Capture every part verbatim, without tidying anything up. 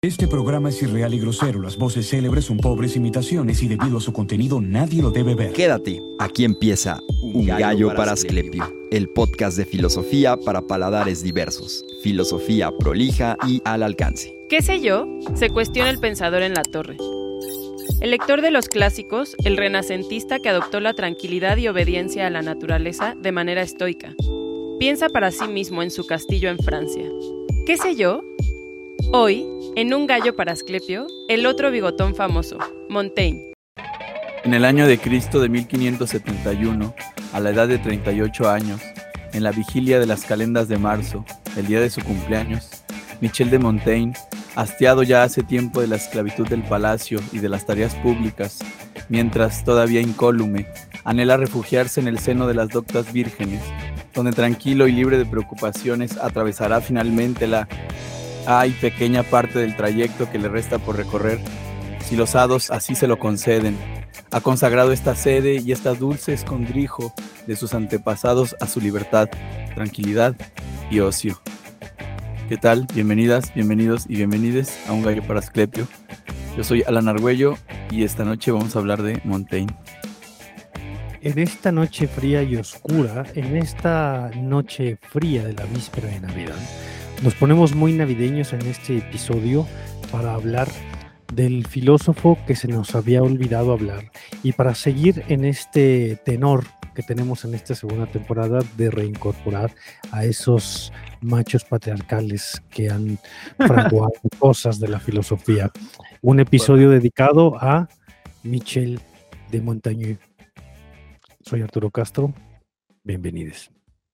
Este programa es irreal y grosero. Las voces célebres son pobres imitaciones y debido a su contenido nadie lo debe ver. Quédate, aquí empieza Un Gallo para Asclepio, el podcast de filosofía para paladares diversos, filosofía prolija y al alcance. ¿Qué sé yo? Se cuestiona el pensador en la torre. El lector de los clásicos, el renacentista que adoptó la tranquilidad y obediencia a la naturaleza de manera estoica, piensa para sí mismo en su castillo en Francia. ¿Qué sé yo? Hoy, en Un Gallo para Asclepio, el otro bigotón famoso, Montaigne. En el año de Cristo de mil quinientos setenta y uno, a la edad de treinta y ocho años, en la vigilia de las calendas de marzo, el día de su cumpleaños, Michel de Montaigne, hastiado ya hace tiempo de la esclavitud del palacio y de las tareas públicas, mientras todavía incólume, anhela refugiarse en el seno de las doctas vírgenes, donde tranquilo y libre de preocupaciones atravesará finalmente la Hay pequeña parte del trayecto que le resta por recorrer, si los hados así se lo conceden. Ha consagrado esta sede y esta dulce escondrijo de sus antepasados a su libertad, tranquilidad y ocio. ¿Qué tal? Bienvenidas, bienvenidos y bienvenides a Un Gallo para Asclepio. Yo soy Alan Argüello y esta noche vamos a hablar de Montaigne. En esta noche fría y oscura, en esta noche fría de la víspera de Navidad, nos ponemos muy navideños en este episodio para hablar del filósofo que se nos había olvidado hablar y para seguir en este tenor que tenemos en esta segunda temporada de reincorporar a esos machos patriarcales que han fraguado cosas de la filosofía. Un episodio dedicado a Michel de Montaigne. Soy Arturo Castro, bienvenidos.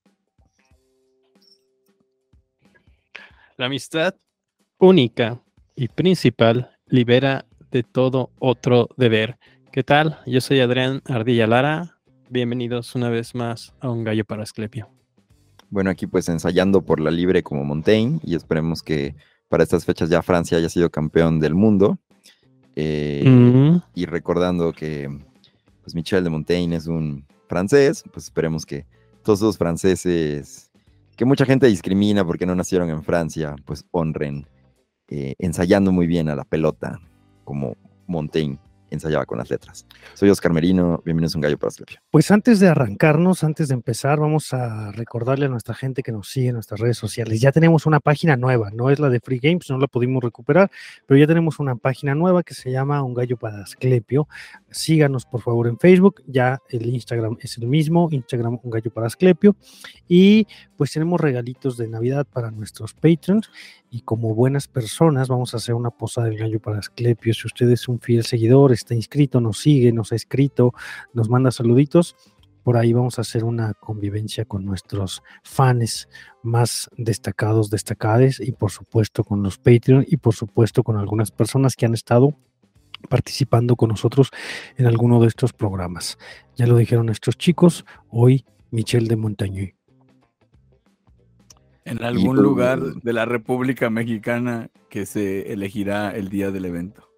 La amistad única y principal libera de todo otro deber. ¿Qué tal? Yo soy Adrián Ardilla Lara. Bienvenidos una vez más a Un Gallo para Asclepio. Bueno, aquí pues ensayando por la libre como Montaigne y esperemos que para estas fechas ya Francia haya sido campeón del mundo. Eh, mm. Y recordando que pues Michel de Montaigne es un francés, pues esperemos que todos los franceses que mucha gente discrimina porque no nacieron en Francia, pues honren eh, ensayando muy bien a la pelota, como Montaigne ensayaba con las letras. Soy Oscar Merino, bienvenidos a Un Gallo para Asclepio. Pues antes de arrancarnos, antes de empezar, vamos a recordarle a nuestra gente que nos sigue en nuestras redes sociales. Ya tenemos una página nueva, no es la de Free Games, no la pudimos recuperar, pero ya tenemos una página nueva que se llama Un Gallo para Asclepio. Síganos por favor en Facebook, ya el Instagram es el mismo, Instagram Un Gallo para Asclepio, y pues tenemos regalitos de Navidad para nuestros Patreons. Y como buenas personas vamos a hacer una posada del Gallo para Asclepio. Si usted es un fiel seguidor, está inscrito, nos sigue, nos ha escrito, nos manda saluditos, por ahí vamos a hacer una convivencia con nuestros fans más destacados, destacadas, y por supuesto con los Patreon y por supuesto con algunas personas que han estado participando con nosotros en alguno de estos programas. Ya lo dijeron estos chicos, hoy Michel de Montaigne. En algún y, lugar de la República Mexicana que se elegirá el día del evento.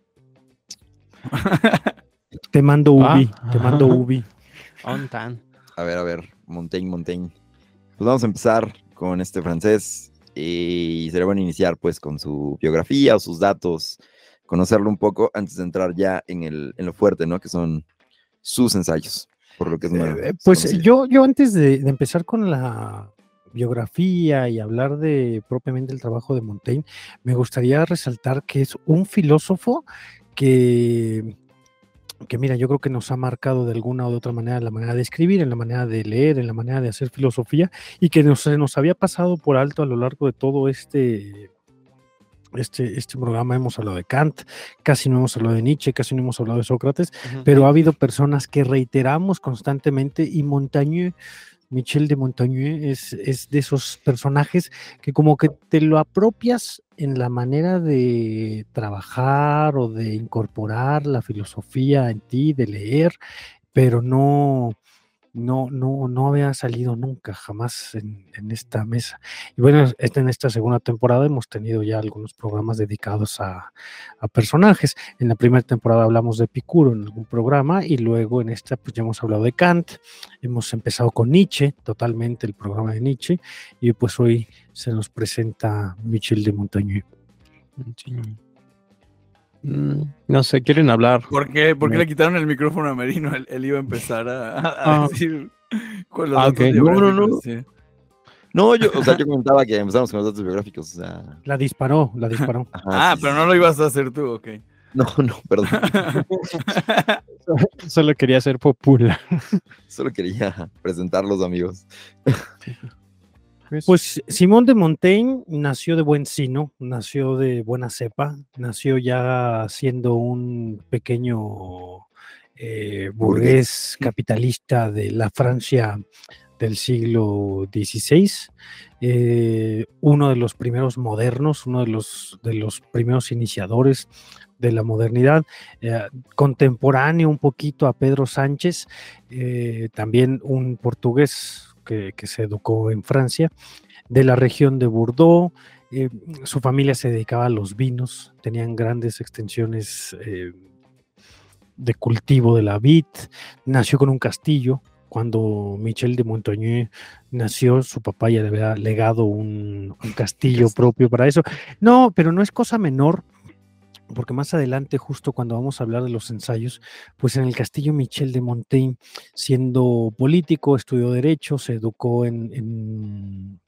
Te mando Ubi, ah, te mando Ubi. On tan. A ver, a ver, Montaigne, Montaigne. Pues vamos a empezar con este francés y sería bueno iniciar pues con su biografía o sus datos, conocerlo un poco antes de entrar ya en, el, en lo fuerte, ¿no? Que son sus ensayos, por lo que es más eh, Pues yo, yo antes de, de empezar con la biografía y hablar de propiamente el trabajo de Montaigne, me gustaría resaltar que es un filósofo que, que mira, yo creo que nos ha marcado de alguna u otra manera la manera de escribir, en la manera de leer, en la manera de hacer filosofía, y que nos, nos había pasado por alto a lo largo de todo este Este, este programa. Hemos hablado de Kant, casi no hemos hablado de Nietzsche, casi no hemos hablado de Sócrates, uh-huh. Pero ha habido personas que reiteramos constantemente, y Montaigne, Michel de Montaigne es, es de esos personajes que como que te lo apropias en la manera de trabajar o de incorporar la filosofía en ti, de leer, pero no, no, no, no había salido nunca, jamás en, en esta mesa. Y bueno, en esta segunda temporada hemos tenido ya algunos programas dedicados a, a personajes. En la primera temporada hablamos de Epicuro en algún programa, y luego en esta pues ya hemos hablado de Kant, hemos empezado con Nietzsche, totalmente el programa de Nietzsche, y pues hoy se nos presenta Michel de Montaigne. Mm, no sé, quieren hablar. ¿Por qué, ¿Por qué Me... le quitaron el micrófono a Merino? Él, él iba a empezar a, a Ah. decir con los Ah, datos ok. biográficos. No, no, no. Sí. No, yo, o sea, yo comentaba que empezamos con los datos biográficos, o sea. La disparó, la disparó. Ajá, Ah, sí, pero sí, no sí. lo ibas a hacer tú, ok. No, no, perdón. Solo quería ser popular. Solo quería presentarlos, amigos. Pues Simón de Montaigne nació de buen sino, nació de buena cepa, nació ya siendo un pequeño eh, burgués capitalista de la Francia del siglo dieciséis, eh, uno de los primeros modernos, uno de los, de los primeros iniciadores de la modernidad, eh, contemporáneo un poquito a Pedro Sánchez, eh, también un portugués que, que se educó en Francia, de la región de Bordeaux. Eh, su familia se dedicaba a los vinos, tenían grandes extensiones eh, de cultivo de la vid, nació con un castillo. Cuando Michel de Montaigne nació, su papá ya le había legado un, un castillo propio para eso. No, pero no es cosa menor, porque más adelante, justo cuando vamos a hablar de los ensayos, pues en el castillo Michel de Montaigne, siendo político, estudió Derecho, se educó en, en,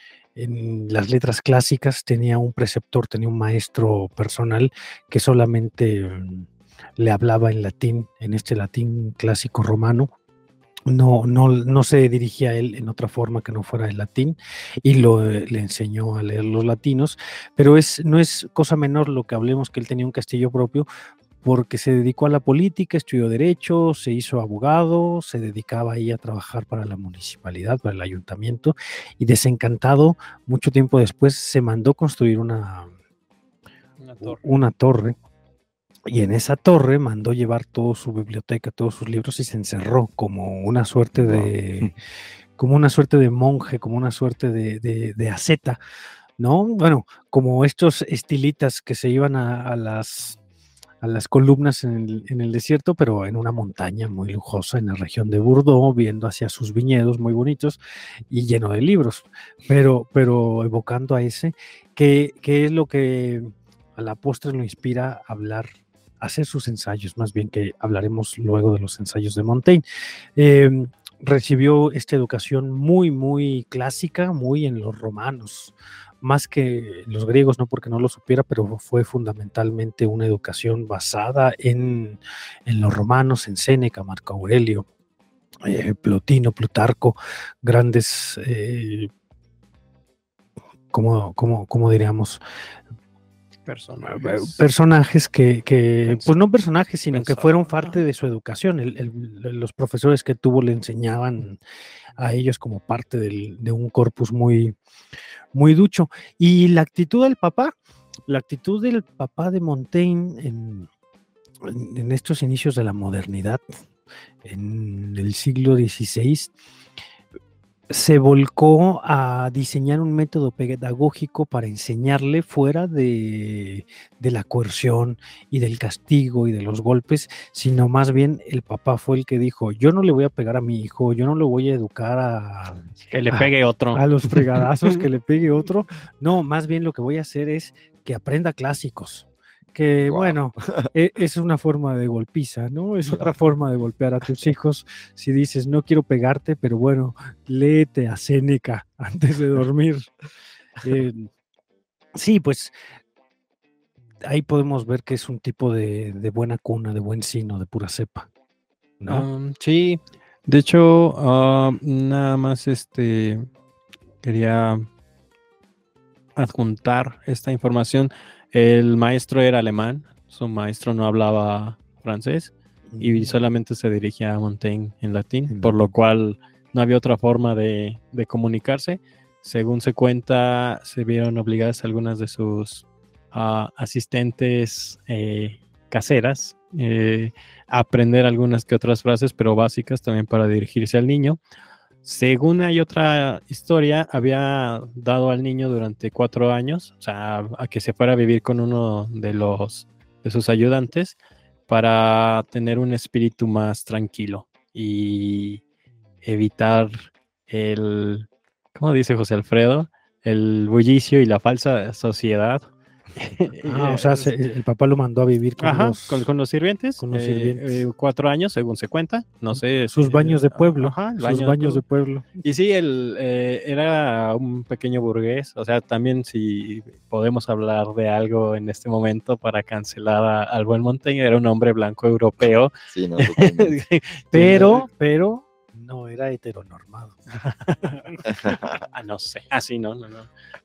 en las letras clásicas, tenía un preceptor, tenía un maestro personal que solamente um, le hablaba en latín, en este latín clásico romano. No, no, no se dirigía a él en otra forma que no fuera el latín y lo, eh, le enseñó a leer los latinos, pero es, no es cosa menor lo que hablemos que él tenía un castillo propio porque se dedicó a la política, estudió Derecho, se hizo abogado, se dedicaba ahí a trabajar para la municipalidad, para el ayuntamiento y desencantado, mucho tiempo después se mandó construir una, Una torre. una torre. Y en esa torre mandó llevar toda su biblioteca, todos sus libros y se encerró como una suerte de, como una suerte de monje, como una suerte de, de, de asceta, ¿no? Bueno, como estos estilitas que se iban a, a las a las columnas en el, en el desierto, pero en una montaña muy lujosa en la región de Bordeaux, viendo hacia sus viñedos muy bonitos y lleno de libros, pero, pero evocando a ese, que, que es lo que a la postre lo inspira a hablar, a hacer sus ensayos, más bien que hablaremos luego de los ensayos de Montaigne. Eh, recibió esta educación muy, muy clásica, muy en los romanos, más que los griegos, no porque no lo supiera, pero fue fundamentalmente una educación basada en, en los romanos, en Séneca, Marco Aurelio, eh, Plotino, Plutarco, grandes, eh, ¿cómo, cómo, cómo diríamos? Personajes. Personajes que, que Pens- pues no personajes, sino que pensaba. fueron parte de su educación. El, el, los profesores que tuvo le enseñaban a ellos como parte del, de un corpus muy, muy ducho. Y la actitud del papá, la actitud del papá de Montaigne en, en, en estos inicios de la modernidad, en el siglo dieciséis, se volcó a diseñar un método pedagógico para enseñarle fuera de, de la coerción y del castigo y de los golpes, sino más bien el papá fue el que dijo, yo no le voy a pegar a mi hijo, yo no lo voy a educar a... Que le a- pegue otro. a los fregadazos, que le pegue otro. No, más bien lo que voy a hacer es que aprenda clásicos. Que Wow. bueno, e- es una forma de golpiza, ¿no? Es otra forma de golpear a tus hijos. Si dices, no quiero pegarte, pero bueno, léete a Séneca antes de dormir. Eh, sí, pues ahí podemos ver que es un tipo de, de buena cuna, de buen sino, de pura cepa, ¿no? Um, sí, de hecho, ah, nada más este quería adjuntar esta información. El maestro era alemán, su maestro no hablaba francés y solamente se dirigía a Montaigne en latín, En por lo latín. cual no había otra forma de, de comunicarse. Según se cuenta, se vieron obligadas algunas de sus ah, asistentes eh, caseras eh, a aprender algunas que otras frases, pero básicas también para dirigirse al niño. Según hay otra historia, había dado al niño durante cuatro años, o sea, a que se fuera a vivir con uno de los de sus ayudantes para tener un espíritu más tranquilo y evitar el, ¿cómo dice José Alfredo? El bullicio y la falsa sociedad Ah, o sea, se, el papá lo mandó a vivir con, Ajá, los, con, con los sirvientes, con los eh, sirvientes. eh, cuatro años, según se cuenta, no sé. Sus si- baños de pueblo, Ajá, el sus baño de baños de pueblo. pueblo. Y sí, él eh, era un pequeño burgués, o sea, también si podemos hablar de algo en este momento para cancelar a- al buen Montaigne, era un hombre blanco europeo. Sí, no, totalmente. Pero, pero no era heteronormado. Ah, no sé, así no, no, no.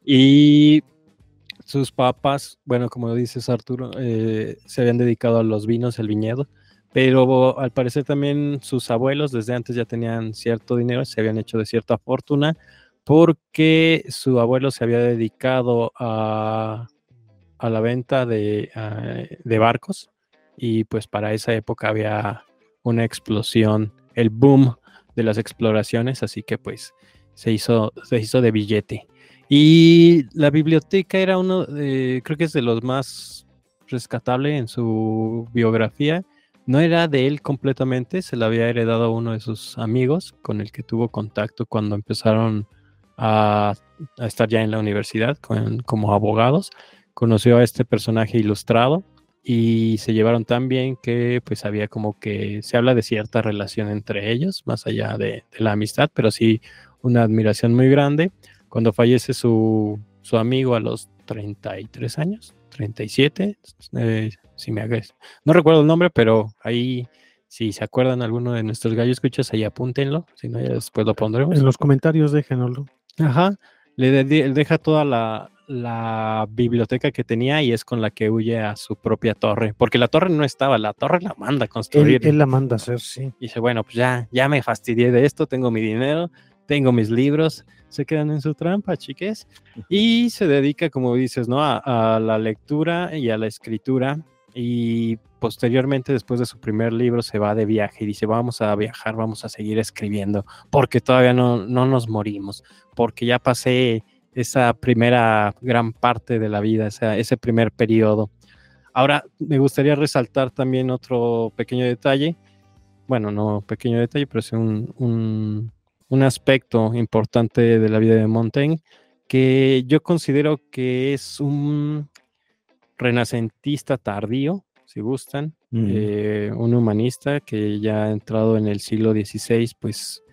Y sus papás, bueno, como dices Arturo, eh, se habían dedicado a los vinos, el viñedo, pero al parecer también sus abuelos desde antes ya tenían cierto dinero, se habían hecho de cierta fortuna, porque su abuelo se había dedicado a, a la venta de, a- de barcos y pues para esa época había una explosión, el boom de las exploraciones, así que pues se hizo, se hizo de billete. Y la biblioteca era uno, de, creo que es de los más rescatable en su biografía. No era de él completamente, se la había heredado a uno de sus amigos con el que tuvo contacto cuando empezaron a, a estar ya en la universidad con, como abogados. Conoció a este personaje ilustrado y se llevaron tan bien que pues había como que se habla de cierta relación entre ellos, más allá de, de la amistad, pero sí una admiración muy grande. Cuando fallece su, su amigo a los treinta y tres años, treinta y siete, eh, si me hagas, no recuerdo el nombre, pero ahí, si se acuerdan alguno de nuestros gallos escuchas, ahí apúntenlo, si no, ya después lo pondremos. En los comentarios déjenoslo. Ajá, le de- deja toda la, la biblioteca que tenía y es con la que huye a su propia torre, porque la torre no estaba, la torre la manda a Él, construir. él la manda a hacer, sí. Y dice, bueno, pues ya, ya me fastidié de esto, tengo mi dinero, tengo mis libros, se quedan en su trampa, chiques. Y se dedica, como dices, ¿no? A, a la lectura y a la escritura. Y posteriormente, después de su primer libro, se va de viaje y dice, vamos a viajar, vamos a seguir escribiendo, porque todavía no, no nos morimos, porque ya pasé esa primera gran parte de la vida, esa, ese primer periodo. Ahora, me gustaría resaltar también otro pequeño detalle, bueno, no pequeño detalle, pero es un, un, un aspecto importante de la vida de Montaigne, que yo considero que es un renacentista tardío, si gustan, Mm. eh, un humanista que ya ha entrado en el siglo dieciséis, pues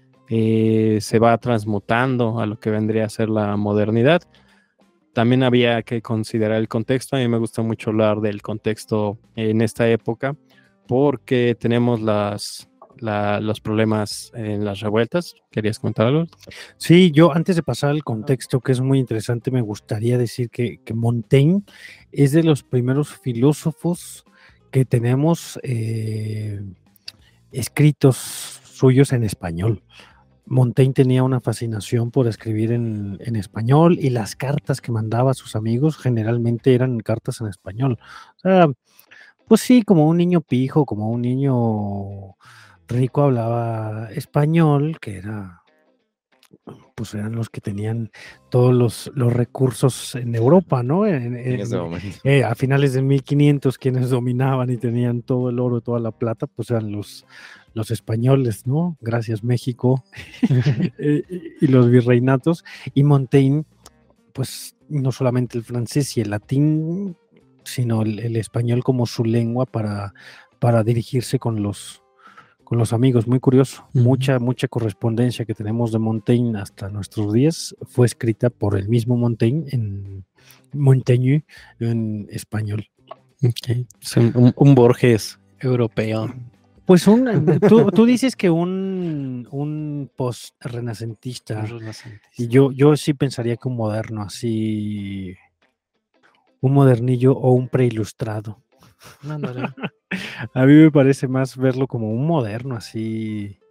eh, se va transmutando a lo que vendría a ser la modernidad. También había que considerar el contexto. A mí me gusta mucho hablar del contexto en esta época porque tenemos las, la, los problemas en las revueltas. ¿Querías comentar algo? Sí, yo antes de pasar al contexto, que es muy interesante, me gustaría decir que, que Montaigne es de los primeros filósofos que tenemos eh, escritos suyos en español. Montaigne tenía una fascinación por escribir en, en español y las cartas que mandaba a sus amigos generalmente eran cartas en español. O sea, pues sí, como un niño pijo, como un niño rico hablaba español, que era, pues eran los que tenían todos los, los recursos en Europa, ¿no? En, En en- ese momento. eh, a finales de mil quinientos, quienes dominaban y tenían todo el oro, toda la plata, pues eran los, los españoles, ¿no? Gracias México, eh, y los virreinatos. Y Montaigne, pues no solamente el francés y el latín, sino el, el español como su lengua para, para dirigirse con los, con los amigos. Muy curioso. Ujú. Mucha, mucha correspondencia que tenemos de Montaigne hasta nuestros días fue escrita por el mismo Montaigne en Montaigne en español. Okay. Es un, un, un Borges europeo. Pues un, tú, tú dices que un, un post-renacentista, y yo, yo sí pensaría que un moderno, así, un modernillo o un preilustrado. Ándale. A mí me parece más verlo como un moderno, así,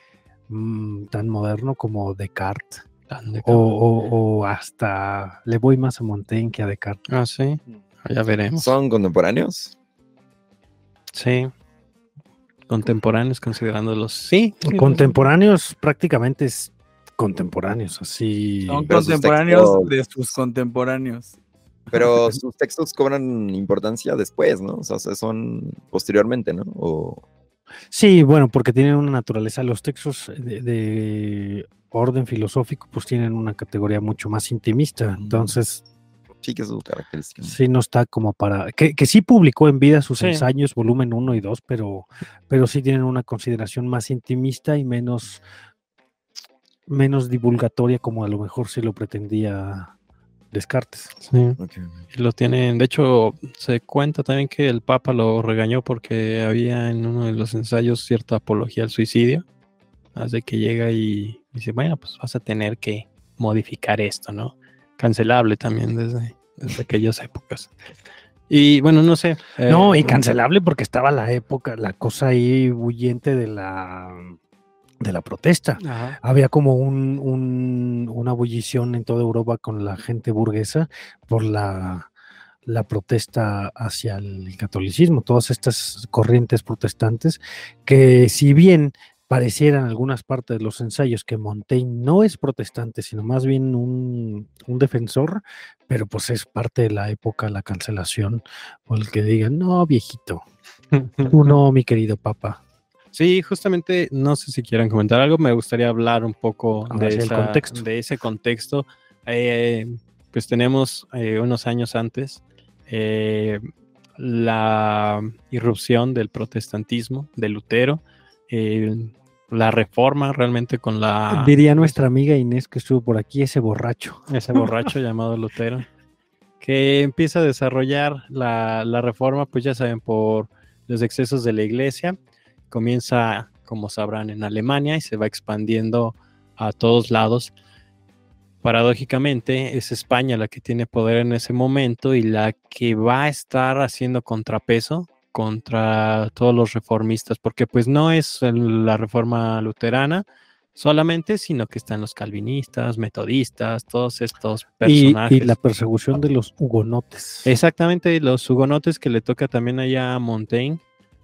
mm, tan moderno como Descartes. O, o, o hasta le voy más a Montaigne que a Descartes. Ah, sí. Ya veremos. ¿Son contemporáneos? Sí. Contemporáneos, considerándolos. Sí. Contemporáneos, prácticamente es contemporáneos, así. Son Pero sus contemporáneos textos- de sus contemporáneos. Pero sus textos cobran importancia después, ¿no? O sea, son posteriormente, ¿no? O... Sí, bueno, porque tienen una naturaleza. Los textos de, de orden filosófico, pues tienen una categoría mucho más intimista. Entonces, Sí, que es su característica. Sí, no está como para... Que, que sí publicó en vida sus Sí. ensayos, volumen uno y dos, pero, pero sí tienen una consideración más intimista y menos, menos divulgatoria, como a lo mejor sí lo pretendía Descartes. Sí. Okay. Y lo tienen, de hecho, se cuenta también que el Papa lo regañó porque había en uno de los ensayos cierta apología al suicidio. Hace que llega y dice, bueno, pues vas a tener que modificar esto, ¿no? Cancelable también desde, desde aquellas épocas. Y bueno, no sé. eh, No, incancelable porque estaba la época, la cosa ahí huyente de la, de la protesta. Ajá. Había como un, un- una ebullición en toda Europa con la gente burguesa por la, la protesta hacia el catolicismo, todas estas corrientes protestantes que si bien parecieran en algunas partes de los ensayos que Montaigne no es protestante, sino más bien un, un defensor, pero pues es parte de la época, la cancelación, o el que digan, no, viejito, tú no, mi querido papa. Sí, justamente, no sé si quieran comentar algo, me gustaría hablar un poco Ahora de, sí, el esa- contexto. de ese contexto. Eh, pues tenemos eh, unos años antes eh, la irrupción del protestantismo, de Lutero, eh, la reforma realmente con la... Diría nuestra amiga Inés que estuvo por aquí, ese borracho. ese borracho llamado Lutero, que empieza a desarrollar la, la reforma, pues ya saben, por los excesos de la iglesia. Comienza, como sabrán, en Alemania y se va expandiendo a todos lados. Paradójicamente, es España la que tiene poder en ese momento y la que va a estar haciendo contrapeso contra todos los reformistas, porque pues no es el- la reforma luterana solamente, sino que están los calvinistas, metodistas, todos estos Y, personajes. y la persecución de los hugonotes. Exactamente, los hugonotes que le toca también allá a Montaigne,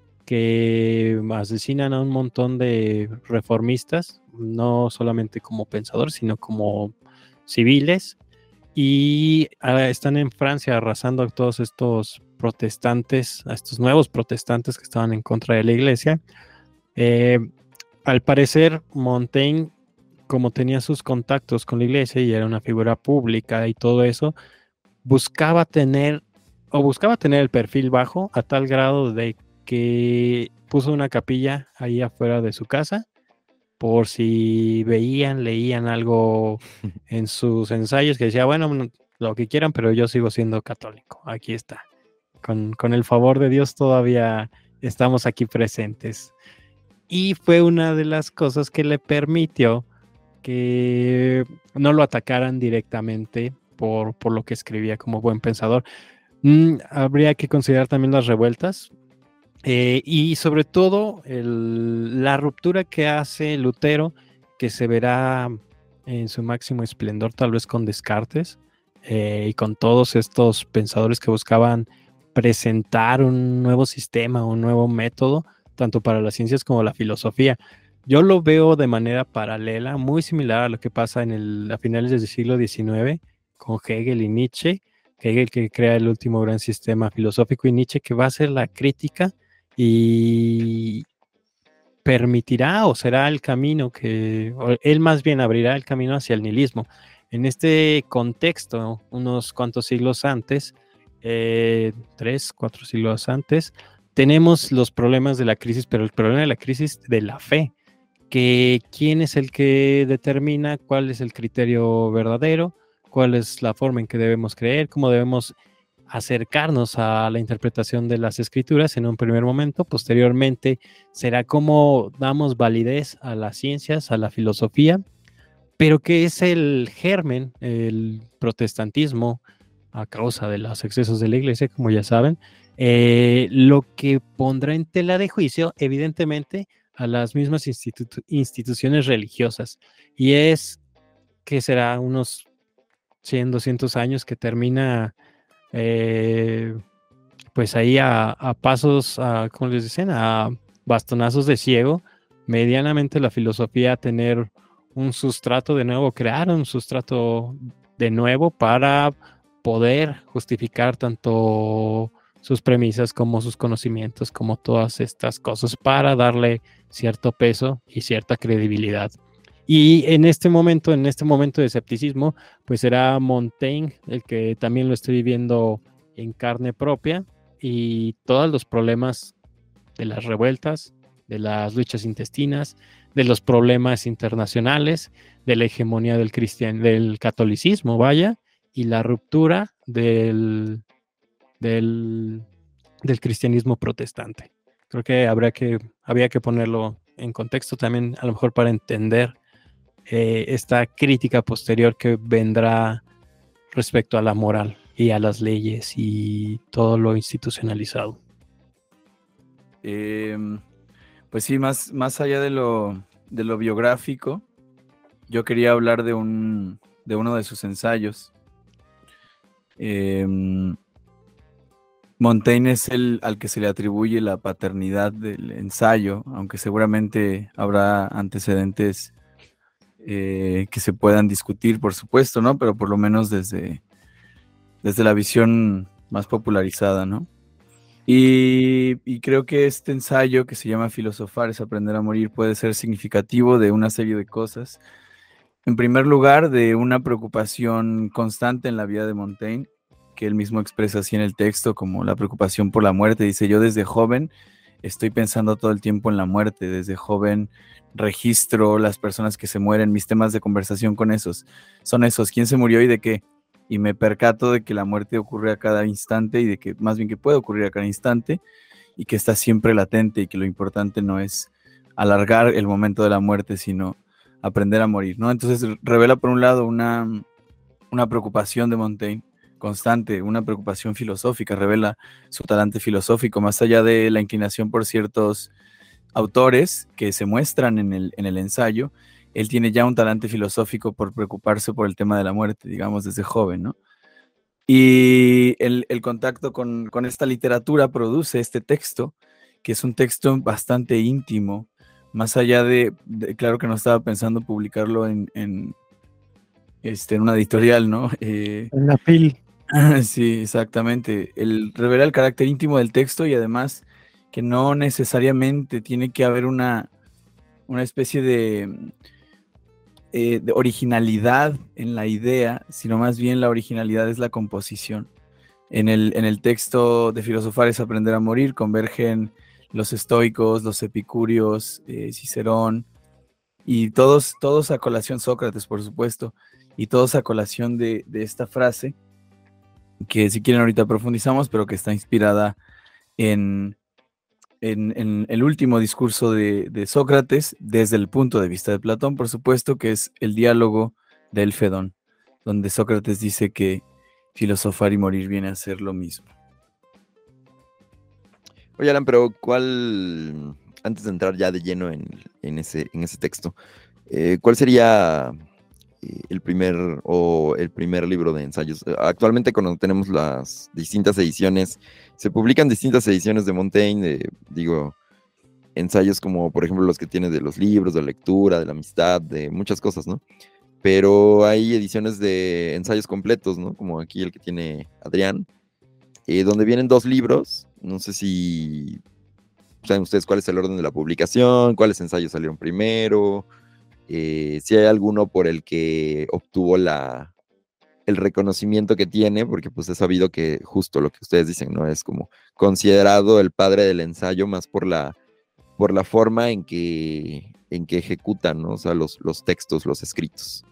que asesinan a un montón de reformistas, no solamente como pensadores, sino como civiles, y ah, están en Francia arrasando a todos estos protestantes, a estos nuevos protestantes que estaban en contra de la iglesia. Eh, al parecer, Montaigne, como tenía sus contactos con la iglesia y era una figura pública y todo eso, buscaba tener o buscaba tener el perfil bajo a tal grado de que puso una capilla ahí afuera de su casa por si veían, leían algo en sus ensayos que decía, bueno, no, lo que quieran, pero yo sigo siendo católico. Aquí está. Con, con el favor de Dios todavía estamos aquí presentes. Y fue una de las cosas que le permitió que no lo atacaran directamente por, por lo que escribía como buen pensador. Mm, habría que considerar también las revueltas eh, y sobre todo el- la ruptura que hace Lutero, que se verá en su máximo esplendor tal vez con Descartes eh, y con todos estos pensadores que buscaban presentar un nuevo sistema, un nuevo método, tanto para las ciencias como la filosofía. Yo lo veo de manera paralela, muy similar a lo que pasa en el, a finales del siglo diecinueve con Hegel y Nietzsche. Hegel que crea el último gran sistema filosófico y Nietzsche que va a hacer la crítica y permitirá o será el camino que, o él más bien abrirá el camino hacia el nihilismo. En este contexto, unos cuantos siglos antes, eh, tres, cuatro siglos antes, tenemos los problemas de la crisis, pero el problema de la crisis de la fe, que quién es el que determina cuál es el criterio verdadero, cuál es la forma en que debemos creer, cómo debemos acercarnos a la interpretación de las escrituras en un primer momento. Posteriormente será cómo damos validez a las ciencias, a la filosofía, pero que es el germen, el protestantismo, a causa de los excesos de la iglesia, como ya saben, eh, lo que pondrá en tela de juicio, evidentemente, a las mismas institu- instituciones religiosas. Y es que será unos cien, doscientos años que termina, eh, pues ahí a, a pasos, a, ¿cómo les dicen? A bastonazos de ciego, medianamente la filosofía tener un sustrato de nuevo, crear un sustrato de nuevo para poder justificar tanto sus premisas como sus conocimientos, como todas estas cosas, para darle cierto peso y cierta credibilidad. Y en este momento, en este momento de escepticismo, pues será Montaigne el que también lo esté viviendo en carne propia, y todos los problemas de las revueltas, de las luchas intestinas, de los problemas internacionales, de la hegemonía del cristian, del catolicismo, vaya, y la ruptura del, del, del cristianismo protestante. Creo que habría que, había que ponerlo en contexto también, a lo mejor para entender eh, esta crítica posterior que vendrá respecto a la moral y a las leyes y todo lo institucionalizado. Eh, pues sí, más, más allá de lo, de lo biográfico, yo quería hablar de, un, de uno de sus ensayos. Eh, Montaigne es el al que se le atribuye la paternidad del ensayo, aunque seguramente habrá antecedentes eh, que se puedan discutir, por supuesto, ¿no? Pero por lo menos desde, desde la visión más popularizada, ¿no? Y, y creo que este ensayo que se llama Filosofar es aprender a morir puede ser significativo de una serie de cosas. En primer lugar, de una preocupación constante en la vida de Montaigne, que él mismo expresa así en el texto, como la preocupación por la muerte. Dice: yo desde joven estoy pensando todo el tiempo en la muerte, desde joven registro las personas que se mueren, mis temas de conversación con esos son esos: ¿quién se murió y de qué? Y me percato de que la muerte ocurre a cada instante, y de que más bien que puede ocurrir a cada instante, y que está siempre latente, y que lo importante no es alargar el momento de la muerte, sino aprender a morir, ¿no? Entonces revela por un lado una, una preocupación de Montaigne constante, una preocupación filosófica, revela su talante filosófico, más allá de la inclinación por ciertos autores que se muestran en el, en el ensayo. Él tiene ya un talante filosófico por preocuparse por el tema de la muerte, digamos, desde joven, ¿no? Y el, el contacto con, con esta literatura produce este texto, que es un texto bastante íntimo, más allá de, de claro que no estaba pensando publicarlo en, en, este, en una editorial, ¿no? Eh, en la pil. Sí, exactamente. El revela el carácter íntimo del texto, y además que no necesariamente tiene que haber una, una especie de, eh, de originalidad en la idea, sino más bien la originalidad es la composición. En el, en el texto de Filosofar es aprender a morir convergen los estoicos, los epicúreos, eh, Cicerón, y todos, todos a colación, Sócrates, por supuesto, y todos a colación de, de esta frase, que si quieren ahorita profundizamos, pero que está inspirada en, en, en el último discurso de, de Sócrates, desde el punto de vista de Platón, por supuesto, que es el diálogo del Fedón, donde Sócrates dice que filosofar y morir viene a ser lo mismo. Oye, Alan, pero ¿cuál, antes de entrar ya de lleno en, en, ese, en ese texto, eh, cuál sería el primer o el primer libro de ensayos? Actualmente, cuando tenemos las distintas ediciones, se publican distintas ediciones de Montaigne, de, digo, ensayos como por ejemplo los que tiene de los libros, de lectura, de la amistad, de muchas cosas, ¿no? Pero hay ediciones de ensayos completos, ¿no? Como aquí el que tiene Adrián, eh, donde vienen dos libros. No sé si saben ustedes cuál es el orden de la publicación, cuáles ensayos salieron primero, eh, si hay alguno por el que obtuvo la, el reconocimiento que tiene, porque pues he sabido que justo lo que ustedes dicen, ¿no? Es como considerado el padre del ensayo más por la, por la forma en que, en que ejecutan, ¿no? O sea, los, los textos, los escritos.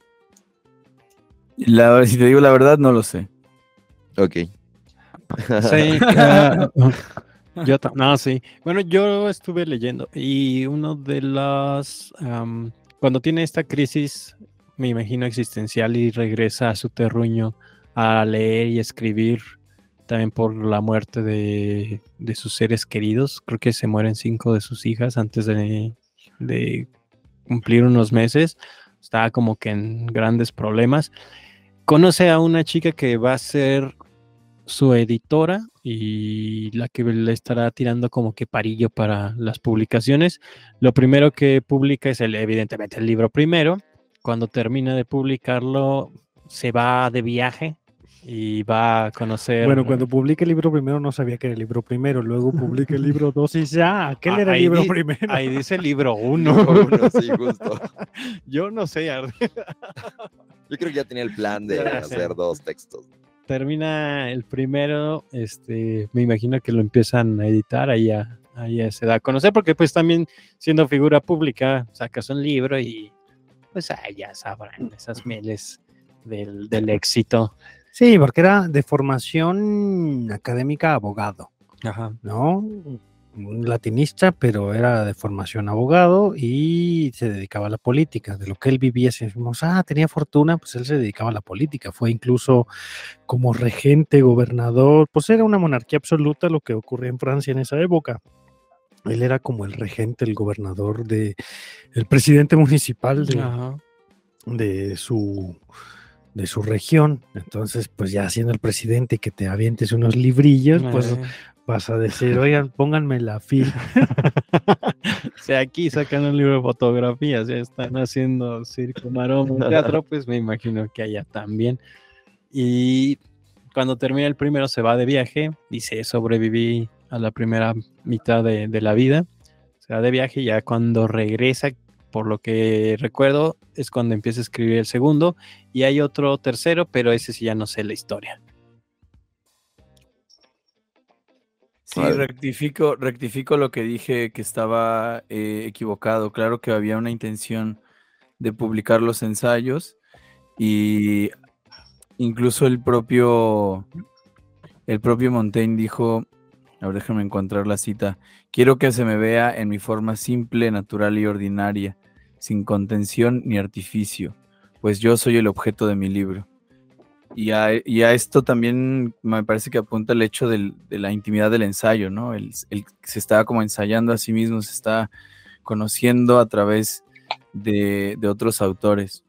La, si te digo la verdad, no lo sé. Ok. Sí, uh, yo no, sí. Bueno, yo estuve leyendo, y uno de las um, cuando tiene esta crisis, me imagino, existencial, y regresa a su terruño a leer y escribir, también por la muerte de, de sus seres queridos. Creo que se mueren cinco de sus hijas antes de, de cumplir unos meses. Estaba como que en grandes problemas. Conoce a una chica que va a ser su editora y la que le estará tirando como que parillo para las publicaciones. Lo primero que publica es el, evidentemente el libro primero. Cuando termina de publicarlo, se va de viaje y va a conocer... Bueno, cuando publica el libro primero no sabía que era el libro primero, luego publica el libro dos y dice, ah, aquel Ah, era el ahí libro di- primero. Ahí dice libro uno. Libro uno, sí, justo. Yo no sé, Ardi. Yo creo que ya tenía el plan de Ya sé. hacer dos textos. Termina el primero, este, me imagino que lo empiezan a editar, ahí ya, ahí ya se da a conocer, porque pues también siendo figura pública, sacas un libro y pues ahí ya sabrán esas mieles del, del éxito. Sí, porque era de formación académica abogado, Ajá. ¿no? Un latinista, pero era de formación abogado y se dedicaba a la política. De lo que él vivía, si decimos, ah, tenía fortuna, pues él se dedicaba a la política. Fue incluso como regente, gobernador, pues era una monarquía absoluta lo que ocurría en Francia en esa época. Él era como el regente, el gobernador, de, el presidente municipal de, Ajá. de su de su región. Entonces, pues ya siendo el presidente y que te avientes unos librillos, pues Eh. vas a decir, oigan, pónganme la fil. O sea, aquí sacan un libro de fotografías, ya están haciendo circo, maroma, teatro, pues me imagino que allá también. Y cuando termina el primero se va de viaje, dice, sobreviví a la primera mitad de, de la vida, se va de viaje y ya cuando regresa, por lo que recuerdo, es cuando empieza a escribir el segundo, y hay otro tercero, pero ese sí ya no sé la historia. Sí, Vale. rectifico, rectifico lo que dije que estaba eh, equivocado. Claro que había una intención de publicar los ensayos y incluso el propio, el propio Montaigne dijo, a ver, déjame encontrar la cita, quiero que se me vea en mi forma simple, natural y ordinaria, sin contención ni artificio, pues yo soy el objeto de mi libro. Y a, y a esto también me parece que apunta el hecho del, de la intimidad del ensayo, ¿no? El, el, se está como ensayando a sí mismo, se está conociendo a través de, de otros autores.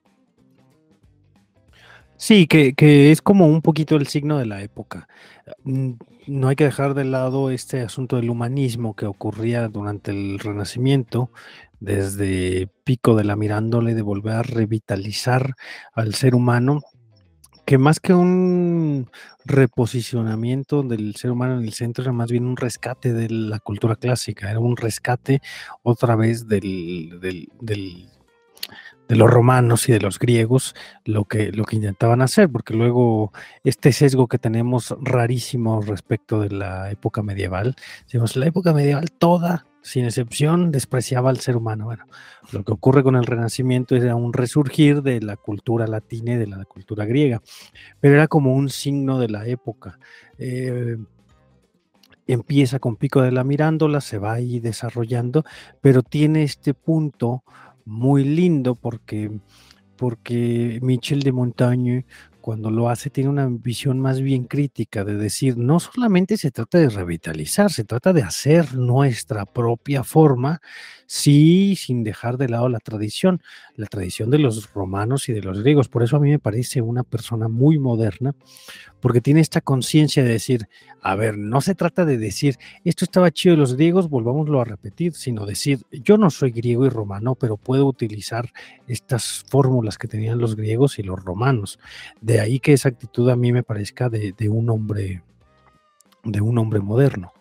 Sí, que, que es como un poquito el signo de la época. Mm, No hay que dejar de lado este asunto del humanismo que ocurría durante el Renacimiento, desde Pico de la Mirandola, de volver a revitalizar al ser humano, que más que un reposicionamiento del ser humano en el centro, era más bien un rescate de la cultura clásica, era un rescate otra vez del, del, del de los romanos y de los griegos, lo que, lo que intentaban hacer, porque luego este sesgo que tenemos rarísimo respecto de la época medieval, decimos, la época medieval toda, sin excepción, despreciaba al ser humano. Bueno, lo que ocurre con el Renacimiento era un resurgir de la cultura latina y de la cultura griega, pero era como un signo de la época. Eh, empieza con Pico de la Mirandola, se va ahí desarrollando, pero tiene este punto muy lindo porque, porque Michel de Montaigne, cuando lo hace, tiene una visión más bien crítica de decir, no solamente se trata de revitalizar, se trata de hacer nuestra propia forma, sí, sin dejar de lado la tradición, la tradición de los romanos y de los griegos. Por eso a mí me parece una persona muy moderna, porque tiene esta conciencia de decir, a ver, no se trata de decir, esto estaba chido de los griegos, volvámoslo a repetir, sino decir, yo no soy griego y romano, pero puedo utilizar estas fórmulas que tenían los griegos y los romanos. De ahí que esa actitud a mí me parezca de, de un hombre, de un hombre moderno.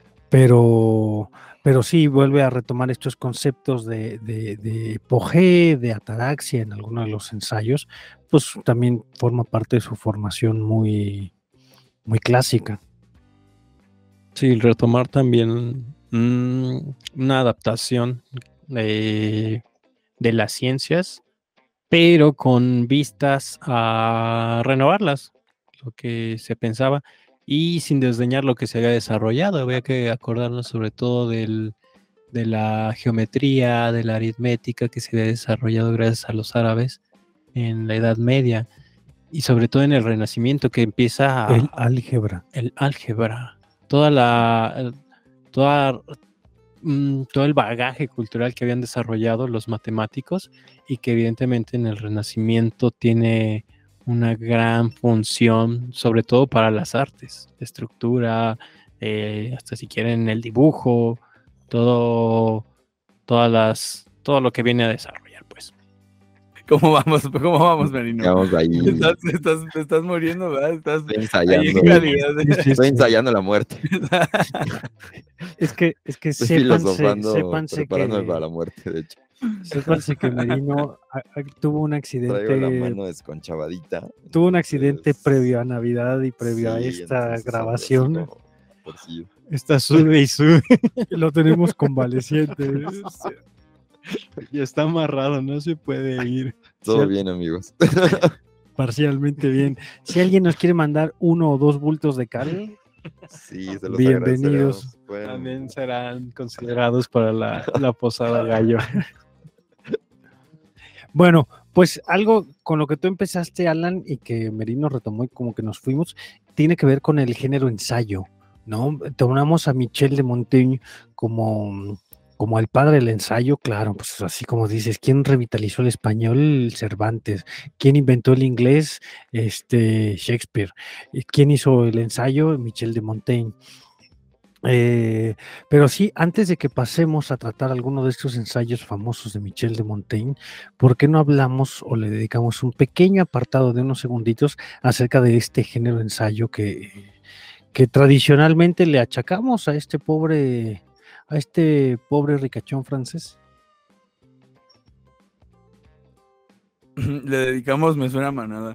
Pero, pero sí vuelve a retomar estos conceptos de, de, de epogé, de ataraxia en algunos de los ensayos, pues también forma parte de su formación muy, muy clásica. Sí, retomar también mmm, una adaptación de, de las ciencias, pero con vistas a renovarlas, lo que se pensaba, y sin desdeñar lo que se había desarrollado. Había que acordarnos sobre todo del, de la geometría, de la aritmética que se había desarrollado gracias a los árabes en la Edad Media, y sobre todo en el Renacimiento, que empieza a, El álgebra. el álgebra, toda la toda mm, todo el bagaje cultural que habían desarrollado los matemáticos, y que evidentemente en el Renacimiento tiene una gran función, sobre todo para las artes, de estructura, eh, hasta si quieren el dibujo, todo, todas las, todo lo que viene a desarrollar, pues. ¿Cómo vamos? ¿Cómo vamos, Merino? Vamos ahí. Estás, estás, te estás muriendo, ¿verdad? Estás Estoy ensayando. ahí en calidad de- Sí, sí, Estoy sí. ensayando la muerte. Es que, es que Estoy sépanse, filosofando, sépanse preparándome que, para la muerte, de hecho. sépanse que Merino a- a- tuvo un Traigo la accidente, mano desconchavadita. tuvo un accidente entonces, previo a Navidad y previo a sí, esta entonces ando así grabación. como torcido. Está sube y sube. Lo tenemos convaleciente. Y está amarrado, no se puede ir. Todo al- bien, amigos. Parcialmente bien. Si alguien nos quiere mandar uno o dos bultos de cal, Sí, se los Bienvenidos. agradeceremos. Pueden- También serán considerados para la, la posada gallo. bueno, pues algo con lo que tú empezaste, Alan, y que Merino retomó y como que nos fuimos, tiene que ver con el género ensayo, ¿no? Tomamos a Michel de Montaigne como, como el padre del ensayo, claro, pues así como dices, ¿quién revitalizó el español? Cervantes. ¿Quién inventó el inglés? Este, Shakespeare. ¿Y quién hizo el ensayo? Michel de Montaigne. Eh, pero sí, antes de que pasemos a tratar alguno de estos ensayos famosos de Michel de Montaigne, ¿por qué no hablamos o le dedicamos un pequeño apartado de unos segunditos acerca de este género ensayo que, que tradicionalmente le achacamos a este pobre, a este pobre ricachón francés? Le dedicamos Me Suena a Manada.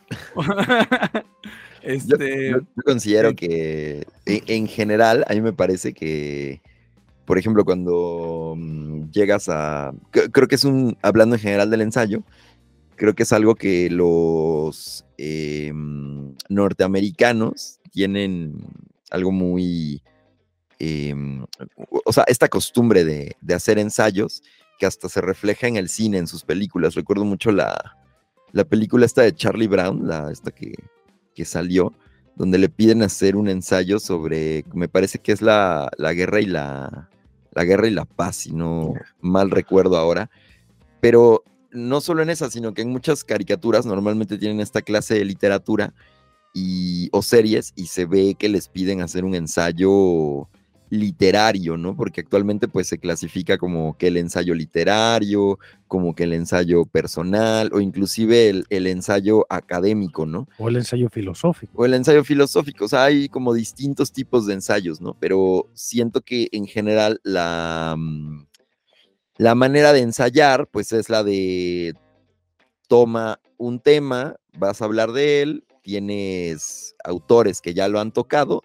Yo, este, yo- yo considero sí. que en, en general, a mí me parece que, por ejemplo, cuando mm, llegas a... cre- Creo que es un, hablando en general del ensayo, creo que es algo que los eh, mm, norteamericanos tienen algo muy... eh, o sea, esta costumbre de, de hacer ensayos que hasta se refleja en el cine, en sus películas. Recuerdo mucho la, la película esta de Charlie Brown, la, esta que, que salió, donde le piden hacer un ensayo sobre, me parece que es la, la guerra y la, la guerra y la paz, si no mal recuerdo ahora. Pero no solo en esa, sino que en muchas caricaturas normalmente tienen esta clase de literatura y, o series y se ve que les piden hacer un ensayo literario, ¿no? Porque actualmente pues se clasifica como que el ensayo literario, como que el ensayo personal o inclusive el, el ensayo académico, ¿no? O el ensayo filosófico. O el ensayo filosófico, o sea, hay como distintos tipos de ensayos, ¿no? Pero siento que en general la, mm, la manera de ensayar pues es la de toma un tema, vas a hablar de él, tienes autores que ya lo han tocado,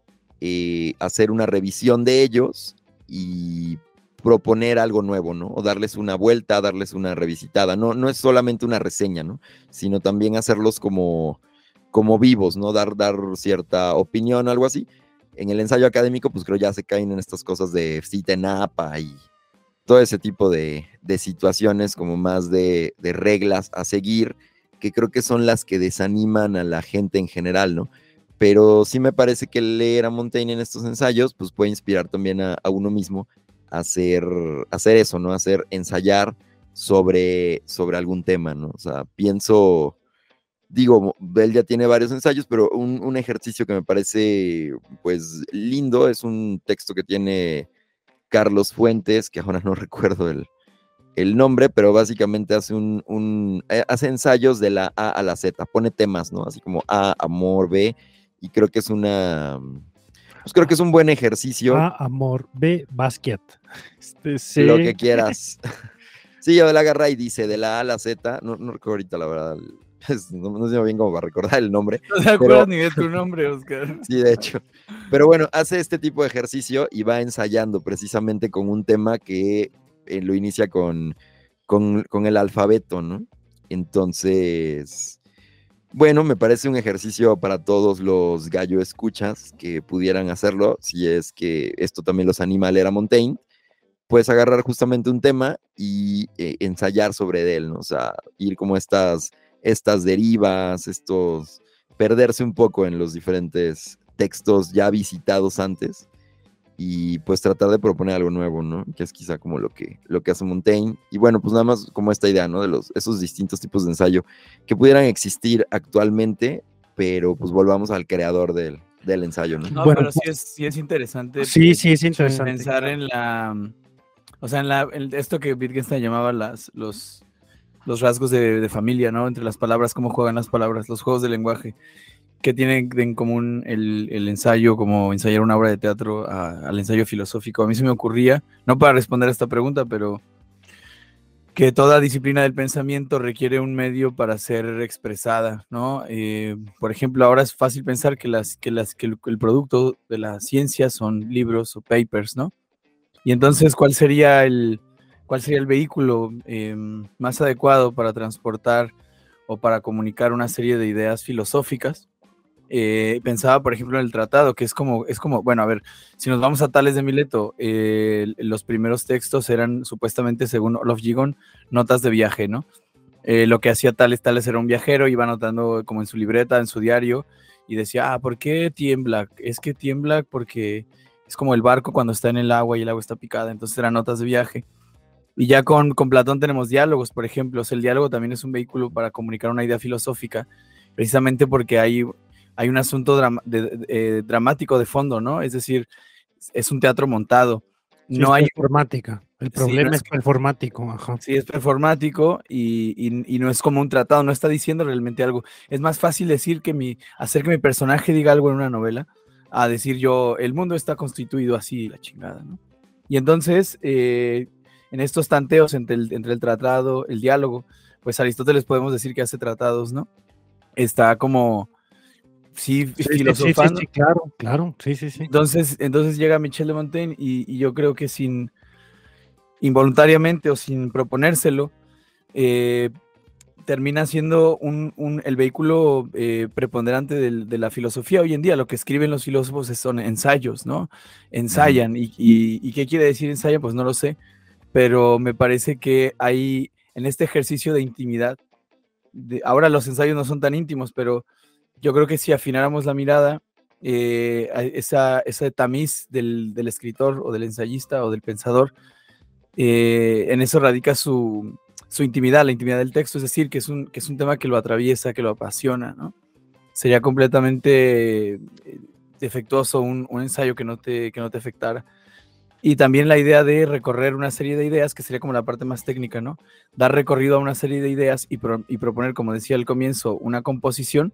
eh, hacer una revisión de ellos y proponer algo nuevo, ¿no? O darles una vuelta, darles una revisitada. No, no es solamente una reseña, ¿no? Sino también hacerlos como, como vivos, ¿no? Dar, dar cierta opinión o algo así. En el ensayo académico, pues creo ya se caen en estas cosas de cita en APA y todo ese tipo de, de situaciones como más de, de reglas a seguir, que creo que son las que desaniman a la gente en general, ¿no? Pero sí me parece que leer a Montaigne en estos ensayos, pues puede inspirar también a, a uno mismo a hacer, a hacer eso, ¿no? A hacer, ensayar sobre, sobre algún tema, ¿no? O sea, pienso, digo, él ya tiene varios ensayos, pero un, un ejercicio que me parece, pues, lindo, es un texto que tiene Carlos Fuentes, que ahora no recuerdo el, el nombre, pero básicamente hace un, un eh, hace ensayos de la A a la Z, pone temas, ¿no? Así como A, amor, B, y creo que es una, pues creo que es un buen ejercicio. A, amor, B, basket. Este, sí. Lo que quieras. Sí, yo la agarra y dice de la A a la Z, no, no recuerdo ahorita la verdad, no, no sé bien cómo va a recordar el nombre. No te acuerdas ni de tu nombre, Oscar. Sí, de hecho. Pero bueno, hace este tipo de ejercicio y va ensayando precisamente con un tema que eh, lo inicia con, con, con el alfabeto, ¿no? Entonces, bueno, me parece un ejercicio para todos los gallo escuchas que pudieran hacerlo, si es que esto también los anima a leer a Montaigne, puedes agarrar justamente un tema y eh, ensayar sobre él, ¿no? O sea, ir como estas, estas derivas, estos, perderse un poco en los diferentes textos ya visitados antes y pues tratar de proponer algo nuevo, ¿no? Que es quizá como lo que, lo que hace Montaigne. Y bueno, pues nada más como esta idea, ¿no? De los, esos distintos tipos de ensayo que pudieran existir actualmente, pero pues volvamos al creador del, del ensayo, ¿no? No, Bueno, pero sí es, sí es interesante. Sí, pues, sí, es interesante. Pensar en la, o sea, en la, en esto que Wittgenstein llamaba las, los, los rasgos de, de familia, ¿no? Entre las palabras, cómo juegan las palabras, los juegos de lenguaje. ¿Qué tiene en común el, el ensayo, como ensayar una obra de teatro, a, al ensayo filosófico? A mí se me ocurría, no para responder a esta pregunta, pero que toda disciplina del pensamiento requiere un medio para ser expresada, ¿no? Eh, por ejemplo, ahora es fácil pensar que, las, que, las, que el, el producto de la ciencia son libros o papers, ¿no? Y entonces, ¿cuál sería el, cuál sería el vehículo eh, más adecuado para transportar o para comunicar una serie de ideas filosóficas? Eh, pensaba, por ejemplo, en el tratado, que es como, es como, bueno, a ver, si nos vamos a Tales de Mileto, eh, los primeros textos eran supuestamente, según Olof Gigon, notas de viaje, ¿no? Eh, lo que hacía Tales, Tales era un viajero, iba anotando como en su libreta, en su diario, y decía, ah, ¿por qué tiembla? Es que tiembla porque es como el barco cuando está en el agua y el agua está picada, entonces eran notas de viaje. Y ya con, con Platón tenemos diálogos, por ejemplo, o sea, el diálogo también es un vehículo para comunicar una idea filosófica, precisamente porque hay... hay un asunto drama, de, de, de, dramático de fondo, ¿no? Es decir, es un teatro montado. Sí, no es hay performática. El problema sí, no es, es performático. Ajá. Sí, es performático y, y, y no es como un tratado, no está diciendo realmente algo. Es más fácil decir que mi, hacer que mi personaje diga algo en una novela, a decir yo, el mundo está constituido así, la chingada, ¿no? Y entonces, eh, en estos tanteos entre el, entre el tratado, el diálogo, pues Aristóteles podemos decir que hace tratados, ¿no? Está como... Sí, sí, filosofando. Sí, sí, sí, claro, claro, sí, sí, sí. Entonces, entonces llega Michel de Montaigne y, y yo creo que sin involuntariamente o sin proponérselo, eh, termina siendo un, un, el vehículo eh, preponderante de, de la filosofía hoy en día. Lo que escriben los filósofos son ensayos, ¿no? Ensayan. Uh-huh. y, y, ¿Y qué quiere decir ensayan? Pues no lo sé, pero me parece que hay en este ejercicio de intimidad, de, ahora los ensayos no son tan íntimos, pero yo creo que si afináramos la mirada, eh, esa, ese tamiz del, del escritor o del ensayista o del pensador, eh, en eso radica su, su intimidad, la intimidad del texto, es decir, que es, un, que es un tema que lo atraviesa, que lo apasiona, ¿no? Sería completamente defectuoso un, un ensayo que no, te, que no te afectara. Y también la idea de recorrer una serie de ideas, que sería como la parte más técnica, ¿no? Dar recorrido a una serie de ideas y, pro, y proponer, como decía al comienzo, una composición,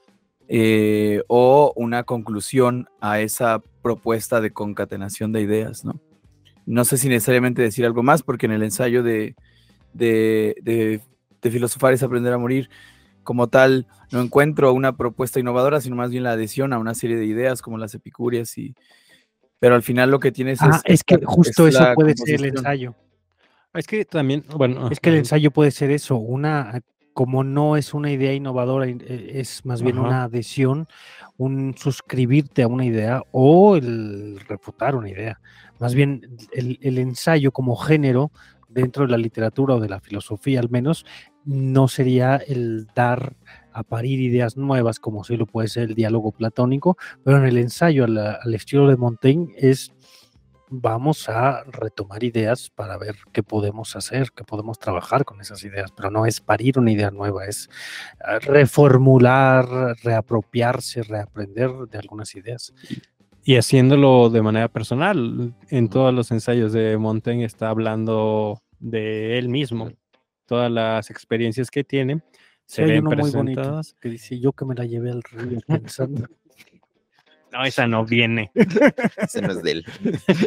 Eh, o una conclusión a esa propuesta de concatenación de ideas, ¿no? No sé si necesariamente decir algo más, porque en el ensayo de, de, de, de filosofar es aprender a morir, como tal, no encuentro una propuesta innovadora, sino más bien la adhesión a una serie de ideas como las epicúreas, y, pero al final lo que tienes ah, es... es que es justo eso puede ser el ensayo. Es que también, bueno... Es que el ensayo puede ser eso, una... como no es una idea innovadora, es más bien Ajá. una adhesión, un suscribirte a una idea o el refutar una idea. Más bien el, el ensayo como género dentro de la literatura o de la filosofía al menos, no sería el dar a parir ideas nuevas como si lo puede ser el diálogo platónico, pero en el ensayo al, al estilo de Montaigne es... vamos a retomar ideas para ver qué podemos hacer, qué podemos trabajar con esas ideas, pero no es parir una idea nueva, es reformular, reapropiarse, reaprender de algunas ideas. Y haciéndolo de manera personal, en todos los ensayos de Montaigne está hablando de él mismo, todas las experiencias que tiene, se sí, ven uno presentadas. Muy bonito, que dice, yo que me la llevé al río pensando... No, esa no viene. Ese no es de él.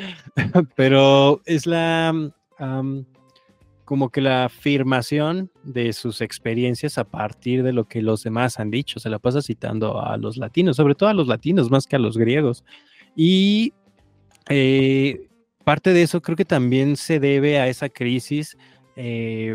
Pero es la um, como que la afirmación de sus experiencias a partir de lo que los demás han dicho. Se la pasa citando a los latinos, sobre todo a los latinos más que a los griegos. Y eh, parte de eso creo que también se debe a esa crisis eh,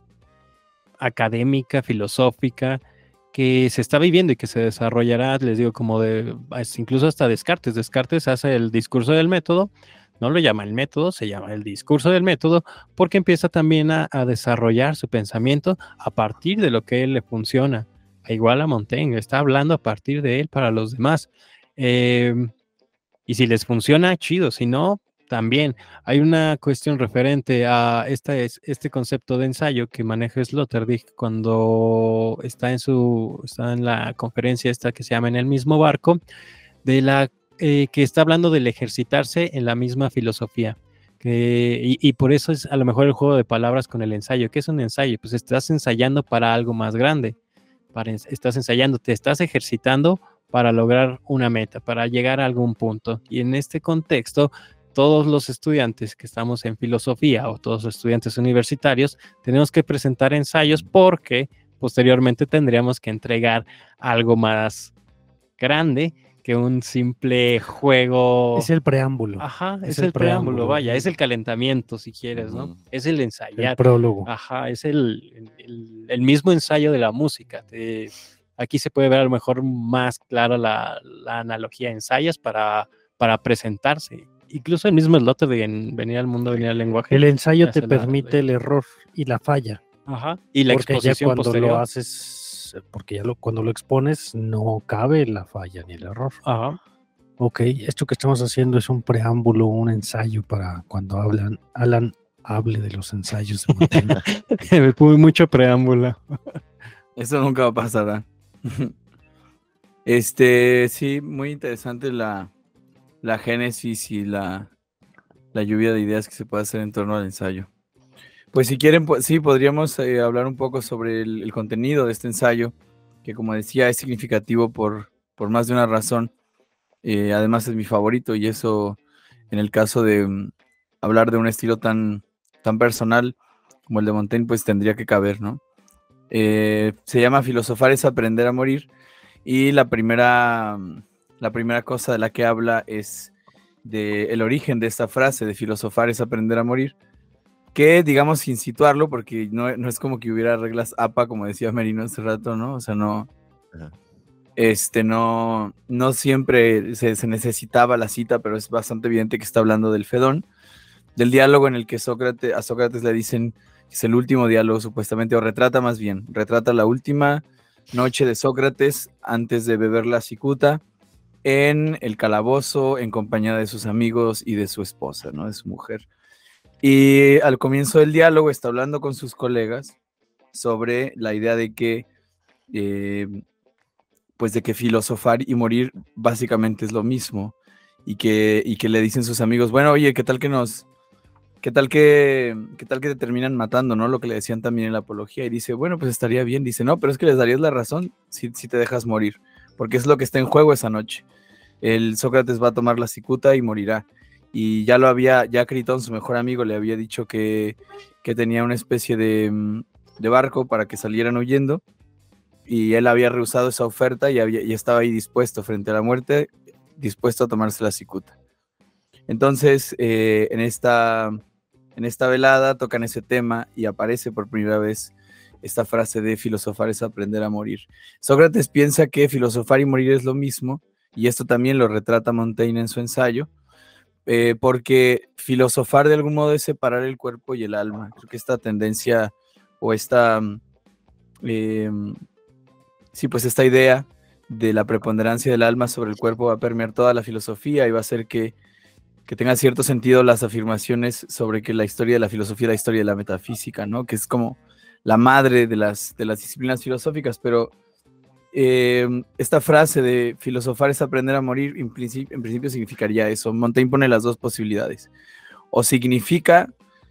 académica, filosófica, que se está viviendo y que se desarrollará, les digo, como de, incluso hasta Descartes. Descartes hace el discurso del método, no lo llama el método, se llama el discurso del método, porque empieza también a, a desarrollar su pensamiento a partir de lo que a él le funciona. E igual a Montaigne, está hablando a partir de él para los demás. Eh, y si les funciona, chido, si no, también. Hay una cuestión referente a esta, este concepto de ensayo que maneja Sloterdijk cuando está en, su, está en la conferencia esta que se llama En el mismo barco, de la, eh, que está hablando del ejercitarse en la misma filosofía, Que, y, y por eso es a lo mejor el juego de palabras con el ensayo. ¿Qué es un ensayo? Pues estás ensayando para algo más grande. Para, estás ensayando, te estás ejercitando para lograr una meta, para llegar a algún punto. Y en este contexto, todos los estudiantes que estamos en filosofía o todos los estudiantes universitarios tenemos que presentar ensayos porque posteriormente tendríamos que entregar algo más grande que un simple juego. Es el preámbulo. Ajá, es, es el, el preámbulo, preámbulo, vaya, es el calentamiento si quieres, ¿no? Uh-huh. Es el ensayar. El prólogo. Ajá, es el, el, el mismo ensayo de la música. Te, aquí se puede ver a lo mejor más clara la, la analogía. Ensayas para, para presentarse. Incluso el mismo eslote de en venir al mundo, venir al lenguaje. El ensayo te permite la, el error y la falla. Ajá, y la porque exposición ya cuando posterior. lo haces, porque ya lo, cuando lo expones no cabe la falla ni el error. Ajá. Ok, esto que estamos haciendo es un preámbulo, un ensayo para cuando hablan, Alan hable de los ensayos de Montaigne. Mucho preámbulo. Eso nunca va a pasar. Este, sí, muy interesante la, la génesis y la, la lluvia de ideas que se puede hacer en torno al ensayo. Pues si quieren, pues, sí, podríamos eh, hablar un poco sobre el, el contenido de este ensayo, que como decía es significativo por, por más de una razón. Eh, además es mi favorito y eso en el caso de um, hablar de un estilo tan, tan personal como el de Montaigne, pues tendría que caber, ¿no? Eh, se llama Filosofar es aprender a morir y la primera, la primera cosa de la que habla es del origen de esta frase de filosofar es aprender a morir, que digamos sin situarlo, porque no, no es como que hubiera reglas A P A, como decía Merino hace rato, ¿no? O sea, no... Ajá. Este, no, no siempre se, se necesitaba la cita, pero es bastante evidente que está hablando del Fedón, del diálogo en el que Sócrates, a Sócrates le dicen que es el último diálogo supuestamente, o retrata más bien, retrata la última noche de Sócrates antes de beber la cicuta en el calabozo en compañía de sus amigos y de su esposa, ¿no? De su mujer. Y al comienzo del diálogo está hablando con sus colegas sobre la idea de que eh, pues de que filosofar y morir básicamente es lo mismo, y que, y que le dicen sus amigos, bueno, oye, ¿qué tal que nos, qué tal que, qué tal que te terminan matando, ¿no? Lo que le decían también en la apología, y dice, bueno, pues estaría bien, dice, no, pero es que les darías la razón si, si te dejas morir, porque es lo que está en juego esa noche. El Sócrates va a tomar la cicuta y morirá, y ya lo había, ya Critón, su mejor amigo, le había dicho que, que tenía una especie de, de barco para que salieran huyendo, y él había rehusado esa oferta y, había, y estaba ahí dispuesto frente a la muerte, dispuesto a tomarse la cicuta. Entonces, eh, en, esta, en esta velada tocan ese tema y aparece por primera vez esta frase de filosofar es aprender a morir. Sócrates piensa que filosofar y morir es lo mismo, y esto también lo retrata Montaigne en su ensayo, eh, porque filosofar de algún modo es separar el cuerpo y el alma. Creo que esta tendencia o esta... Eh, Sí, pues esta idea de la preponderancia del alma sobre el cuerpo va a permear toda la filosofía y va a hacer que, que tenga cierto sentido las afirmaciones sobre que la historia de la filosofía es la historia de la metafísica, ¿no? Que es como la madre de las, de las disciplinas filosóficas, pero eh, esta frase de filosofar es aprender a morir, en principio, en principio significaría eso. Montaigne pone las dos posibilidades. O significa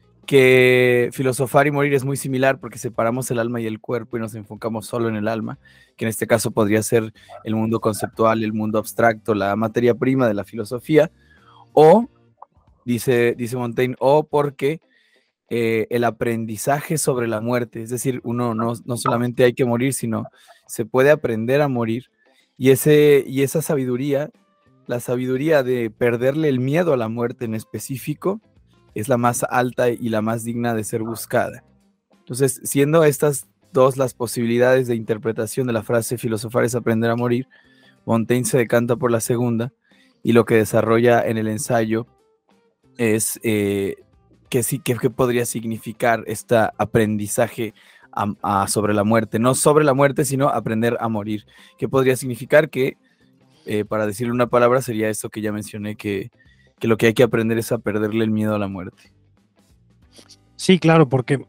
que filosofar y morir es muy similar porque separamos el alma y el cuerpo y nos enfocamos solo en el alma, que en este caso podría ser el mundo conceptual, el mundo abstracto, la materia prima de la filosofía, o, dice, dice Montaigne, o porque eh, el aprendizaje sobre la muerte, es decir, uno no, no solamente hay que morir, sino se puede aprender a morir, y, ese, y esa sabiduría, la sabiduría de perderle el miedo a la muerte en específico, es la más alta y la más digna de ser buscada. Entonces, siendo estas dos las posibilidades de interpretación de la frase filosofar es aprender a morir, Montaigne se decanta por la segunda, y lo que desarrolla en el ensayo es eh, que sí, que, que podría significar este aprendizaje a, a sobre la muerte, no sobre la muerte, sino aprender a morir. ¿Qué podría significar? Que, eh, para decirle una palabra, sería esto que ya mencioné, que que lo que hay que aprender es a perderle el miedo a la muerte. Sí, claro, porque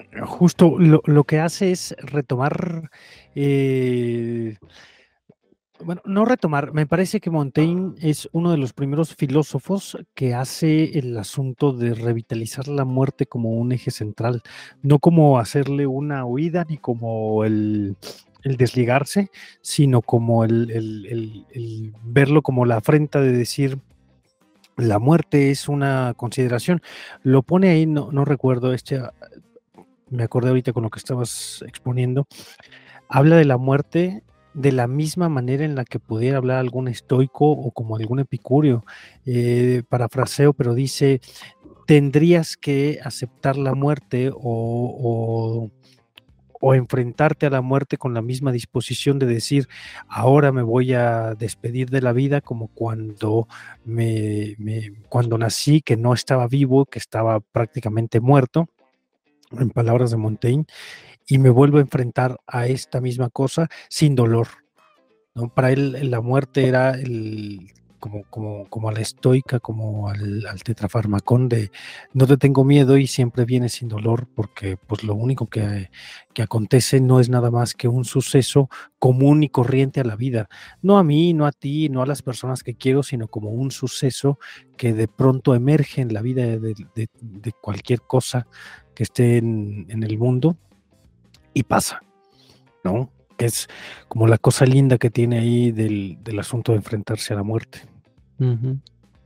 justo lo, lo que hace es retomar eh, bueno, no retomar, me parece que Montaigne es uno de los primeros filósofos que hace el asunto de revitalizar la muerte como un eje central, no como hacerle una huida ni como el, el desligarse, sino como el, el, el, el verlo como la afrenta de decir la muerte es una consideración. Lo pone ahí, no, no recuerdo, este, me acordé ahorita con lo que estabas exponiendo, habla de la muerte de la misma manera en la que pudiera hablar algún estoico o como algún epicúreo, eh, parafraseo, pero dice, tendrías que aceptar la muerte o, o, o enfrentarte a la muerte con la misma disposición de decir, ahora me voy a despedir de la vida como cuando, me, me, cuando nací, que no estaba vivo, que estaba prácticamente muerto, en palabras de Montaigne, y me vuelvo a enfrentar a esta misma cosa sin dolor, ¿no? Para él la muerte era el, como, como, como a la estoica, como al, al tetrafarmacón de no te tengo miedo y siempre viene sin dolor, porque pues lo único que, que acontece no es nada más que un suceso común y corriente a la vida, no a mí, no a ti, no a las personas que quiero, sino como un suceso que de pronto emerge en la vida de, de, de cualquier cosa que esté en, en el mundo y pasa, ¿no? Que es como la cosa linda que tiene ahí del, del asunto de enfrentarse a la muerte. Uh-huh.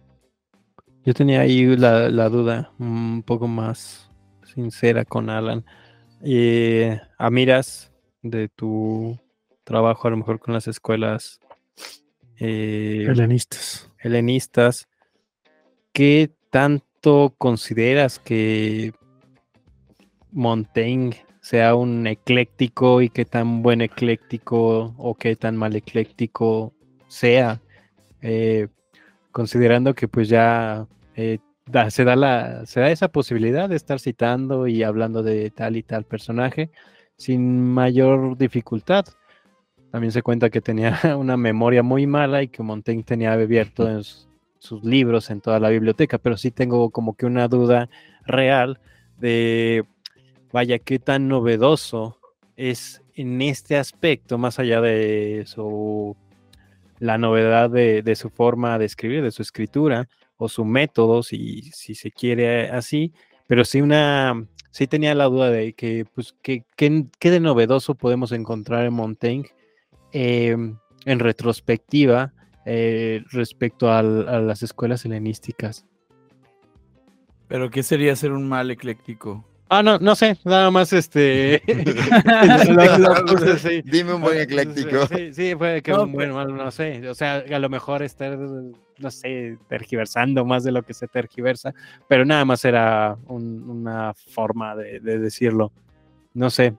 Yo tenía ahí la, la duda un poco más sincera con Alan. Eh, a miras de tu trabajo, a lo mejor con las escuelas eh, helenistas. helenistas, ¿qué tanto consideras que Montaigne sea un ecléctico y qué tan buen ecléctico o qué tan mal ecléctico sea, eh, considerando que pues ya eh, da, se, da la, se da esa posibilidad de estar citando y hablando de tal y tal personaje sin mayor dificultad? También se cuenta que tenía una memoria muy mala y que Montaigne tenía abierto en sus, sus libros en toda la biblioteca, pero sí tengo como que una duda real de vaya, qué tan novedoso es en este aspecto, más allá de su, la novedad de, de su forma de escribir, de su escritura, o su método, si, si se quiere así, pero sí una, sí tenía la duda de que, pues, qué que, que de novedoso podemos encontrar en Montaigne eh, en retrospectiva eh, respecto al, a las escuelas helenísticas. ¿Pero qué sería ser un mal ecléctico? Ah, no, no sé, nada más este. Sí. Dime un buen ecléctico. Sí, sí, puede que No, un buen, mal, no sé. O sea, a lo mejor estar, no sé, tergiversando más de lo que se tergiversa, pero nada más era un, una forma de, de decirlo. No sé.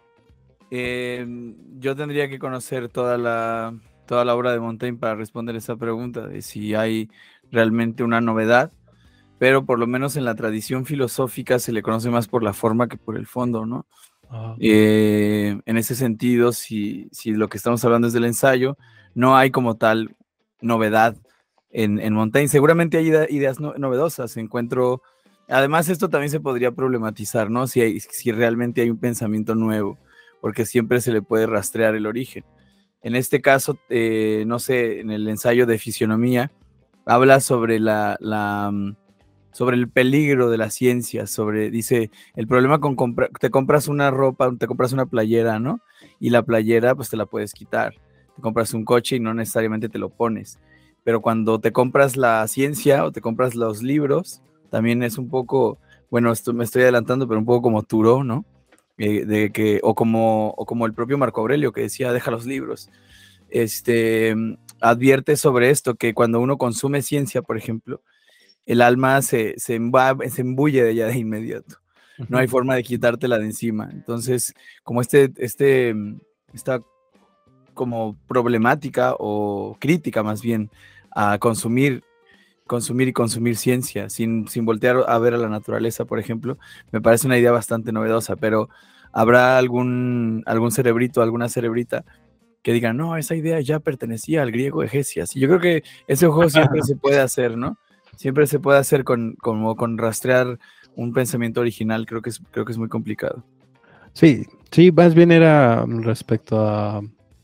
Eh, yo tendría que conocer toda la, toda la obra de Montaigne para responder esa pregunta de si hay realmente una novedad. Pero por lo menos en la tradición filosófica se le conoce más por la forma que por el fondo, ¿no? Uh-huh. Eh, en ese sentido, si, si lo que estamos hablando es del ensayo, no hay como tal novedad en, en Montaigne. Seguramente hay ideas no, novedosas. Encuentro, además esto también se podría problematizar, ¿no? Si, hay, si realmente hay un pensamiento nuevo, porque siempre se le puede rastrear el origen. En este caso, eh, no sé, en el ensayo de Fisionomía, habla sobre la... la sobre el peligro de la ciencia, sobre, dice, el problema con comprar, te compras una ropa, te compras una playera, ¿no? Y la playera, pues te la puedes quitar. Te compras un coche y no necesariamente te lo pones. Pero cuando te compras la ciencia o te compras los libros, también es un poco, bueno, esto me estoy adelantando, pero un poco como Thoreau, ¿no? Eh, de que, o como, o como el propio Marco Aurelio, que decía, deja los libros. Este, advierte sobre esto, que cuando uno consume ciencia, por ejemplo, el alma se, se, emba, se embulle de ella de inmediato. No hay forma de quitártela de encima. Entonces, como este, este, esta como problemática o crítica más bien a consumir, consumir y consumir ciencia sin, sin voltear a ver a la naturaleza, por ejemplo, me parece una idea bastante novedosa, pero habrá algún, algún cerebrito, alguna cerebrita que diga, no, esa idea ya pertenecía al griego Egesias. Y yo creo que ese juego siempre se puede hacer, ¿no? Siempre se puede hacer con, como con rastrear un pensamiento original, creo que es, creo que es muy complicado. Sí, sí, más bien era respecto a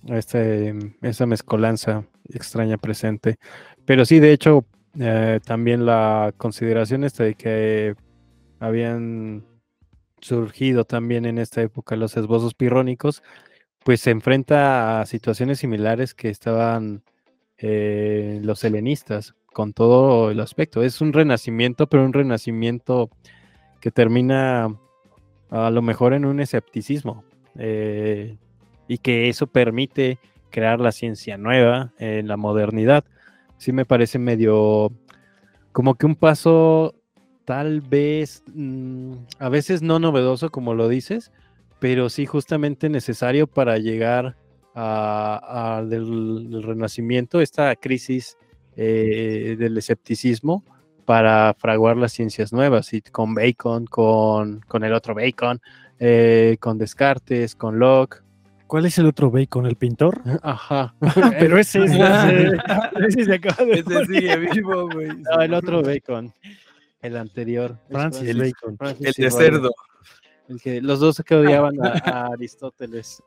este, esa mezcolanza extraña presente. Pero sí, de hecho, eh, también la consideración esta de que habían surgido también en esta época los esbozos pirrónicos, pues se enfrenta a situaciones similares que estaban eh, los helenistas, con todo el aspecto. Es un renacimiento, pero un renacimiento que termina a lo mejor en un escepticismo, eh, y que eso permite crear la ciencia nueva en la modernidad. Sí me parece medio como que un paso tal vez mmm, a veces no novedoso como lo dices, pero sí justamente necesario para llegar a, a del, del renacimiento, esta crisis eh, del escepticismo, para fraguar las ciencias nuevas, y con Bacon, con, con el otro Bacon, eh, con Descartes, con Locke. ¿Cuál es el otro Bacon? ¿El pintor? Ajá. Pero ese es ese, ese se acaba de Ese sigue vivo, güey. No, el otro Bacon, el anterior. Francis el, Bacon. Francis el C. de Bacon. cerdo. El que, los dos que odiaban a, a Aristóteles.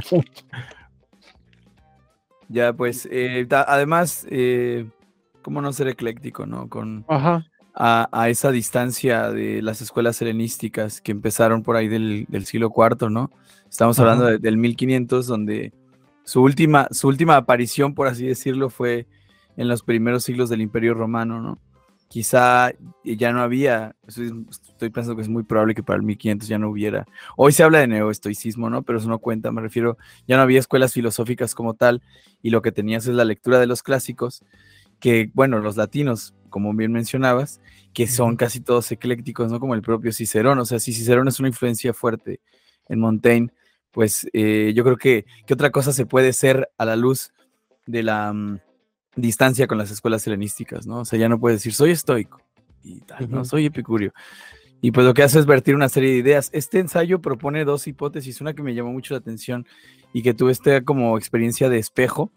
Ya, pues, eh, ta- además, eh, ¿cómo no ser ecléctico, no? Con Ajá. a, a esa distancia de las escuelas helenísticas que empezaron por ahí del, del siglo cuarto, ¿no? Estamos Ajá. hablando de- del mil quinientos, donde su última, su última aparición, por así decirlo, fue en los primeros siglos del Imperio Romano, ¿no? Quizá ya no había, estoy, estoy pensando que es muy probable que para el mil quinientos ya no hubiera. Hoy se habla de neoestoicismo, ¿no? Pero eso no cuenta, me refiero, ya no había escuelas filosóficas como tal, y lo que tenías es la lectura de los clásicos, que, bueno, los latinos, como bien mencionabas, que son casi todos eclécticos, ¿no? Como el propio Cicerón. O sea, si Cicerón es una influencia fuerte en Montaigne, pues eh, yo creo que, ¿qué otra cosa se puede ser a la luz de la um, distancia con las escuelas helenísticas, ¿no? O sea, ya no puedes decir, soy estoico y tal, ¿no? Ujú. Soy epicúreo. Y pues lo que hace es vertir una serie de ideas. Este ensayo propone dos hipótesis, una que me llamó mucho la atención y que tuve esta como experiencia de espejo.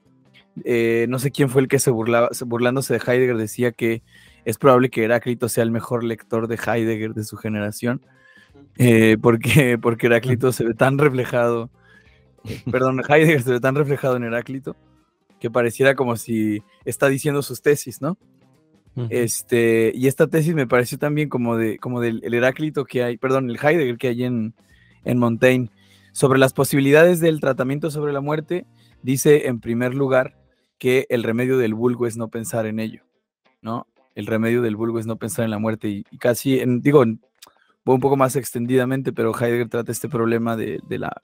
Eh, no sé quién fue el que se burlaba, burlándose de Heidegger, decía que es probable que Heráclito sea el mejor lector de Heidegger de su generación, eh, porque, porque Heráclito se ve tan reflejado, eh, perdón, Heidegger se ve tan reflejado en Heráclito, que pareciera como si está diciendo sus tesis, ¿no? Ujú. Este, y esta tesis me pareció también como, de, como del el Heráclito que hay, perdón, el Heidegger que hay en, en Montaigne, sobre las posibilidades del tratamiento sobre la muerte. Dice en primer lugar que el remedio del vulgo es no pensar en ello, ¿no? El remedio del vulgo es no pensar en la muerte, y, y casi, en, digo, un poco más extendidamente, pero Heidegger trata este problema de, de la,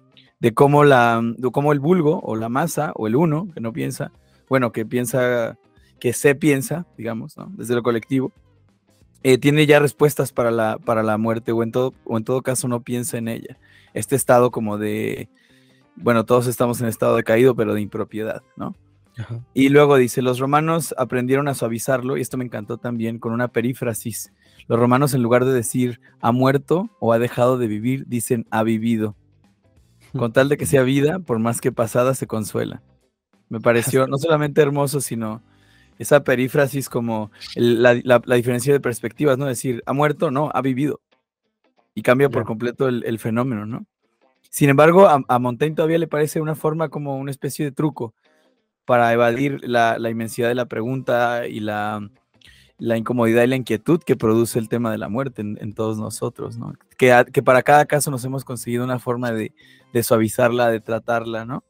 de cómo, la, de cómo el vulgo, o la masa, o el uno, que no piensa, bueno, que piensa, que se piensa, digamos, ¿no? Desde lo colectivo, eh, tiene ya respuestas para la, para la muerte, o en, todo, o en todo caso no piensa en ella. Este estado como de, bueno, todos estamos en estado de caído, pero de impropiedad, ¿no? Ajá. Y luego dice, los romanos aprendieron a suavizarlo, y esto me encantó también, con una perífrasis. Los romanos, en lugar de decir ha muerto o ha dejado de vivir, dicen ha vivido. Con tal de que sea vida, por más que pasada, se consuela. Me pareció no solamente hermoso, sino esa perífrasis como el, la, la, la diferencia de perspectivas, ¿no? Decir, ha muerto, no, ha vivido. Y cambia por Ya. completo el, el fenómeno, ¿no? Sin embargo, a, a Montaigne todavía le parece una forma como una especie de truco para evadir la, la inmensidad de la pregunta y la, la incomodidad y la inquietud que produce el tema de la muerte en, en todos nosotros, ¿no? Que, a, que para cada caso nos hemos conseguido una forma de, de suavizarla, de tratarla, ¿no?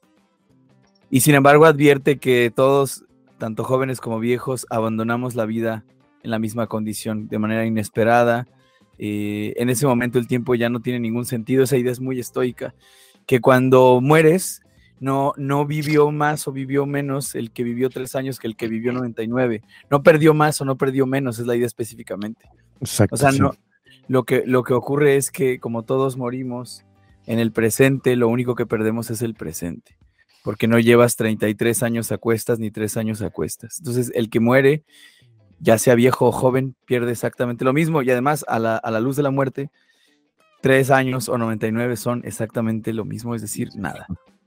Y sin embargo advierte que todos, tanto jóvenes como viejos, abandonamos la vida en la misma condición, de manera inesperada. Eh, en ese momento el tiempo ya no tiene ningún sentido. Esa idea es muy estoica, que cuando mueres, no, no vivió más o vivió menos el que vivió tres años que el que vivió noventa y nueve. No perdió más o no perdió menos, es la idea específicamente. Exacto. O sea, sí. no, lo que, lo que ocurre es que como todos morimos en el presente, lo único que perdemos es el presente, porque no llevas treinta y tres años a cuestas ni tres años a cuestas. Entonces, el que muere, ya sea viejo o joven, pierde exactamente lo mismo, y además, a la, a la luz de la muerte, tres años o noventa y nueve son exactamente lo mismo, es decir, nada.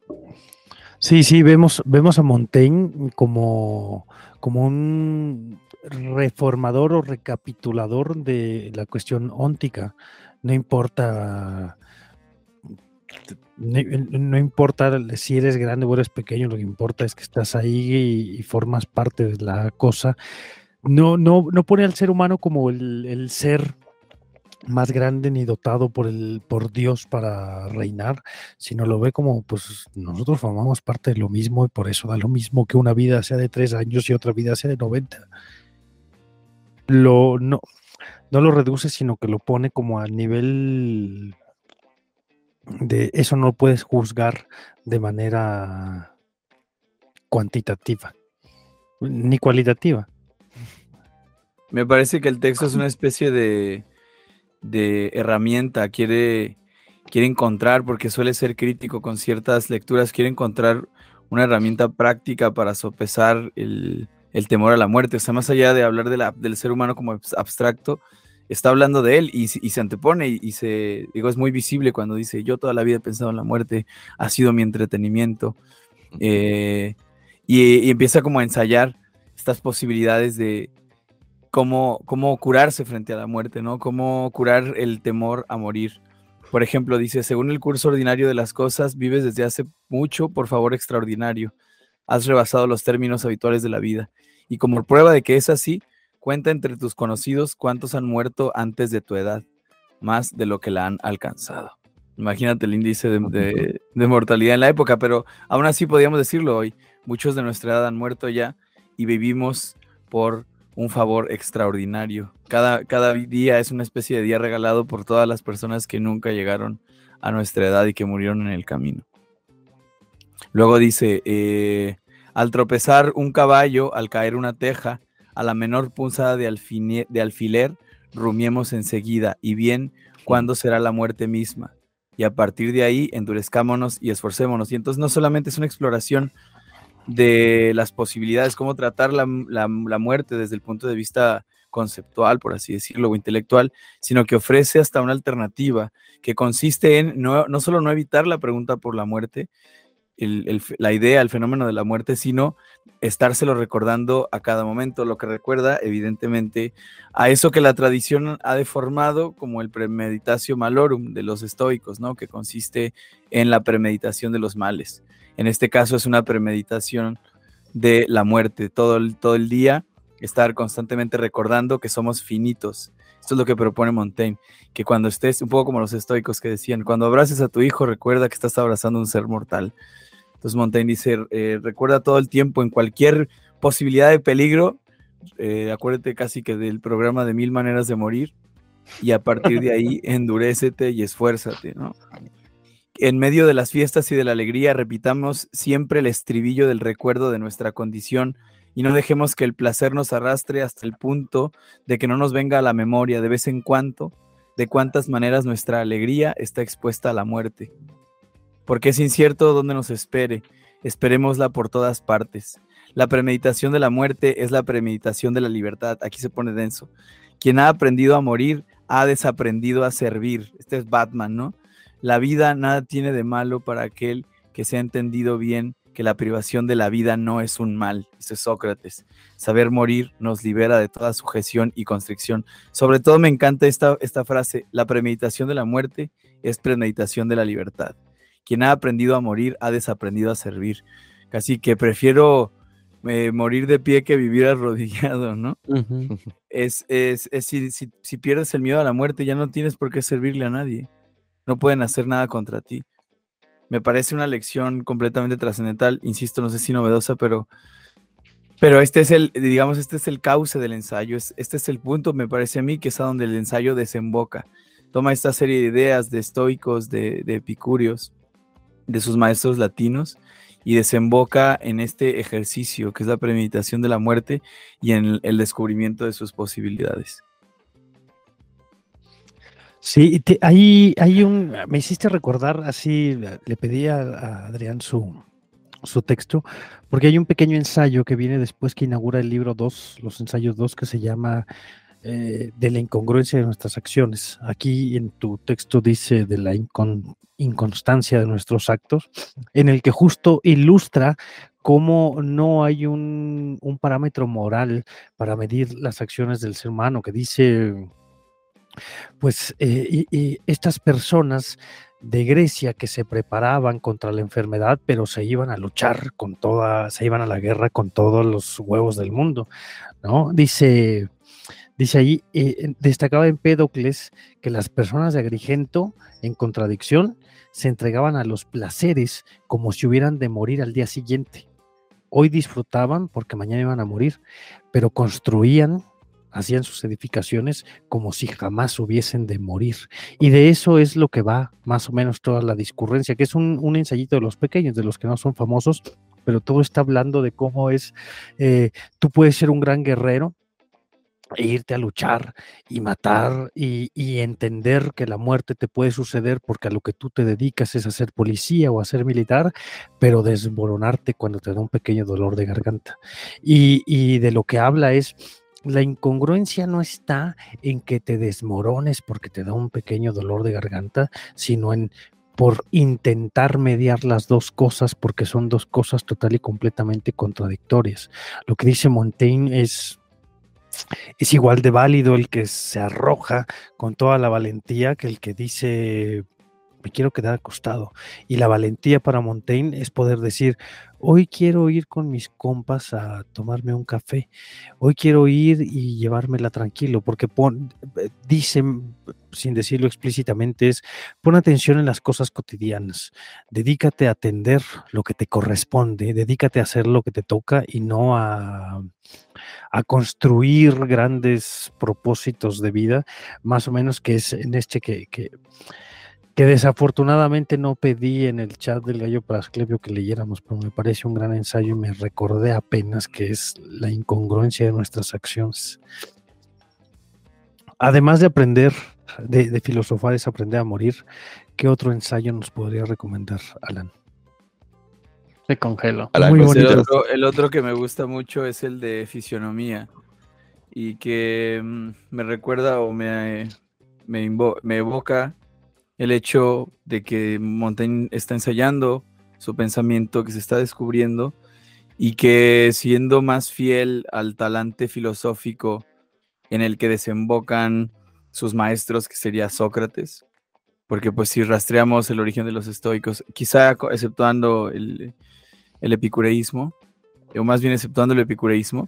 Sí, sí, vemos, vemos a Montaigne como, como un reformador o recapitulador de la cuestión óntica. No importa no, no importa si eres grande o eres pequeño, lo que importa es que estás ahí y, y formas parte de la cosa. No, no, no pone al ser humano como el, el ser más grande ni dotado por el por Dios para reinar, sino lo ve como, pues nosotros formamos parte de lo mismo y por eso da lo mismo que una vida sea de tres años y otra vida sea de noventa. Lo, no, no lo reduce, sino que lo pone como a nivel de eso, no lo puedes juzgar de manera cuantitativa ni cualitativa. Me parece que el texto es una especie de, de herramienta, quiere, quiere encontrar, porque suele ser crítico con ciertas lecturas, quiere encontrar una herramienta práctica para sopesar el, el temor a la muerte. O sea, más allá de hablar de la, del ser humano como abstracto, está hablando de él y, y se antepone y, y se, digo, es muy visible cuando dice, yo toda la vida he pensado en la muerte, ha sido mi entretenimiento. Eh, y, y empieza como a ensayar estas posibilidades de Cómo, cómo curarse frente a la muerte, ¿no? Cómo curar el temor a morir. Por ejemplo, dice, según el curso ordinario de las cosas, vives desde hace mucho por favor extraordinario. Has rebasado los términos habituales de la vida. Y como prueba de que es así, cuenta entre tus conocidos cuántos han muerto antes de tu edad, más de lo que la han alcanzado. Imagínate el índice de, de, de mortalidad en la época, pero aún así podríamos decirlo hoy. Muchos de nuestra edad han muerto ya y vivimos por un favor extraordinario. Cada, cada día es una especie de día regalado por todas las personas que nunca llegaron a nuestra edad y que murieron en el camino. Luego dice, eh, al tropezar un caballo, al caer una teja, a la menor punzada de, alfine, de alfiler, rumiemos enseguida, y bien, ¿cuándo será la muerte misma? Y a partir de ahí, endurezcámonos y esforcémonos. Y entonces no solamente es una exploración de las posibilidades, cómo tratar la, la, la muerte desde el punto de vista conceptual, por así decirlo, o intelectual, sino que ofrece hasta una alternativa que consiste en no, no solo no evitar la pregunta por la muerte, el, el, la idea, el fenómeno de la muerte, sino estárselo recordando a cada momento, lo que recuerda evidentemente a eso que la tradición ha deformado como el premeditatio malorum de los estoicos, ¿no? Que consiste en la premeditación de los males. En este caso es una premeditación de la muerte, todo el, todo el día estar constantemente recordando que somos finitos. Esto es lo que propone Montaigne, que cuando estés, un poco como los estoicos que decían, cuando abraces a tu hijo, recuerda que estás abrazando un ser mortal. Entonces Montaigne dice, eh, recuerda todo el tiempo, en cualquier posibilidad de peligro, eh, acuérdate casi que del programa de Mil Maneras de Morir, y a partir de ahí endurécete y esfuérzate, ¿no? En medio de las fiestas y de la alegría, repitamos siempre el estribillo del recuerdo de nuestra condición y no dejemos que el placer nos arrastre hasta el punto de que no nos venga a la memoria de vez en cuando de cuántas maneras nuestra alegría está expuesta a la muerte. Porque es incierto dónde nos espere, esperémosla por todas partes. La premeditación de la muerte es la premeditación de la libertad. Aquí se pone denso. Quien ha aprendido a morir ha desaprendido a servir. Este es Batman, ¿no? La vida nada tiene de malo para aquel que se ha entendido bien que la privación de la vida no es un mal, dice Sócrates. Saber morir nos libera de toda sujeción y constricción. Sobre todo me encanta esta, esta frase, la premeditación de la muerte es premeditación de la libertad. Quien ha aprendido a morir ha desaprendido a servir. Casi que prefiero eh, morir de pie que vivir arrodillado, ¿no? Uh-huh. Es, es, es si, si, si pierdes el miedo a la muerte ya no tienes por qué servirle a nadie. No pueden hacer nada contra ti. Me parece una lección completamente trascendental, insisto, no sé si novedosa, pero, pero este es el, digamos, este es el cauce del ensayo, es, este es el punto, me parece a mí, que es a donde el ensayo desemboca. Toma esta serie de ideas de estoicos, de, de epicúreos, de sus maestros latinos, y desemboca en este ejercicio, que es la premeditación de la muerte y en el, el descubrimiento de sus posibilidades. Sí, te, hay, hay un, me hiciste recordar, así le pedí a, a Adrián su, su texto, porque hay un pequeño ensayo que viene después que inaugura el libro dos, los ensayos dos, que se llama eh, de la incongruencia de nuestras acciones. Aquí en tu texto dice de la incon, inconstancia de nuestros actos, en el que justo ilustra cómo no hay un, un parámetro moral para medir las acciones del ser humano, que dice... Pues eh, y, y estas personas de Grecia que se preparaban contra la enfermedad, pero se iban a luchar con toda, se iban a la guerra con todos los huevos del mundo, ¿no? Dice, dice ahí, eh, destacaba Empédocles que las personas de Agrigento, en contradicción, se entregaban a los placeres como si hubieran de morir al día siguiente. Hoy disfrutaban porque mañana iban a morir, pero construían, hacían sus edificaciones como si jamás hubiesen de morir. Y de eso es lo que va más o menos toda la discurrencia, que es un, un ensayito de los pequeños, de los que no son famosos, pero todo está hablando de cómo es, eh, tú puedes ser un gran guerrero e irte a luchar y matar y, y entender que la muerte te puede suceder porque a lo que tú te dedicas es a ser policía o a ser militar, pero desmoronarte cuando te da un pequeño dolor de garganta. Y, y de lo que habla es, la incongruencia no está en que te desmorones porque te da un pequeño dolor de garganta, sino en por intentar mediar las dos cosas, porque son dos cosas total y completamente contradictorias. Lo que dice Montaigne es, es igual de válido el que se arroja con toda la valentía que el que dice, me quiero quedar acostado. Y la valentía para Montaigne es poder decir, hoy quiero ir con mis compas a tomarme un café, hoy quiero ir y llevármela tranquilo, porque pon, dicen, sin decirlo explícitamente, es pon atención en las cosas cotidianas, dedícate a atender lo que te corresponde, dedícate a hacer lo que te toca y no a, a construir grandes propósitos de vida, más o menos, que es en este que... que que desafortunadamente no pedí en el chat del Gallo para Asclepio que leyéramos, pero me parece un gran ensayo y me recordé apenas que es la incongruencia de nuestras acciones. Además de aprender, de, de filosofar es aprender a morir, ¿qué otro ensayo nos podría recomendar, Alan? Se congeló. Alan, Muy pues, El bonito. otro, el otro que me gusta mucho es el de fisionomía y que mm, me recuerda o me, me, invo- me evoca el hecho de que Montaigne está ensayando su pensamiento, que se está descubriendo y que siendo más fiel al talante filosófico en el que desembocan sus maestros, que sería Sócrates, porque pues si rastreamos el origen de los estoicos, quizá exceptuando el, el epicureísmo, o más bien exceptuando el epicureísmo,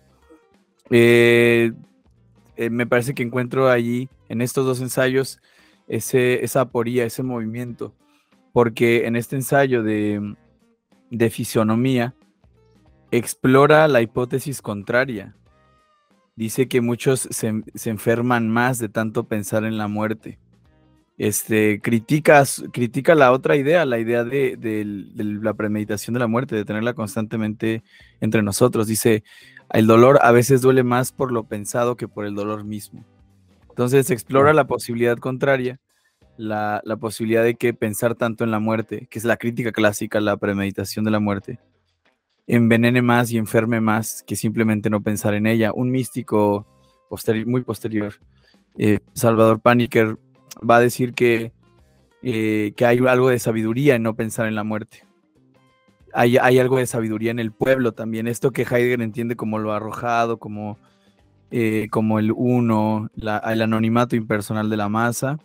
eh, eh, me parece que encuentro allí, en estos dos ensayos, ese, esa aporía, ese movimiento, porque en este ensayo de, de fisionomía explora la hipótesis contraria. Dice que muchos se, se enferman más de tanto pensar en la muerte. Este, critica, critica la otra idea, la idea de, de, de la premeditación de la muerte, de tenerla constantemente entre nosotros. Dice, el dolor a veces duele más por lo pensado que por el dolor mismo. Entonces explora la posibilidad contraria, la, la posibilidad de que pensar tanto en la muerte, que es la crítica clásica, la premeditación de la muerte, envenene más y enferme más que simplemente no pensar en ella. Un místico posteri- muy posterior, eh, Salvador Paniker, va a decir que, eh, que hay algo de sabiduría en no pensar en la muerte. Hay, hay algo de sabiduría en el pueblo también. Esto que Heidegger entiende como lo arrojado, como, eh, como el uno, la, el anonimato impersonal de la masa,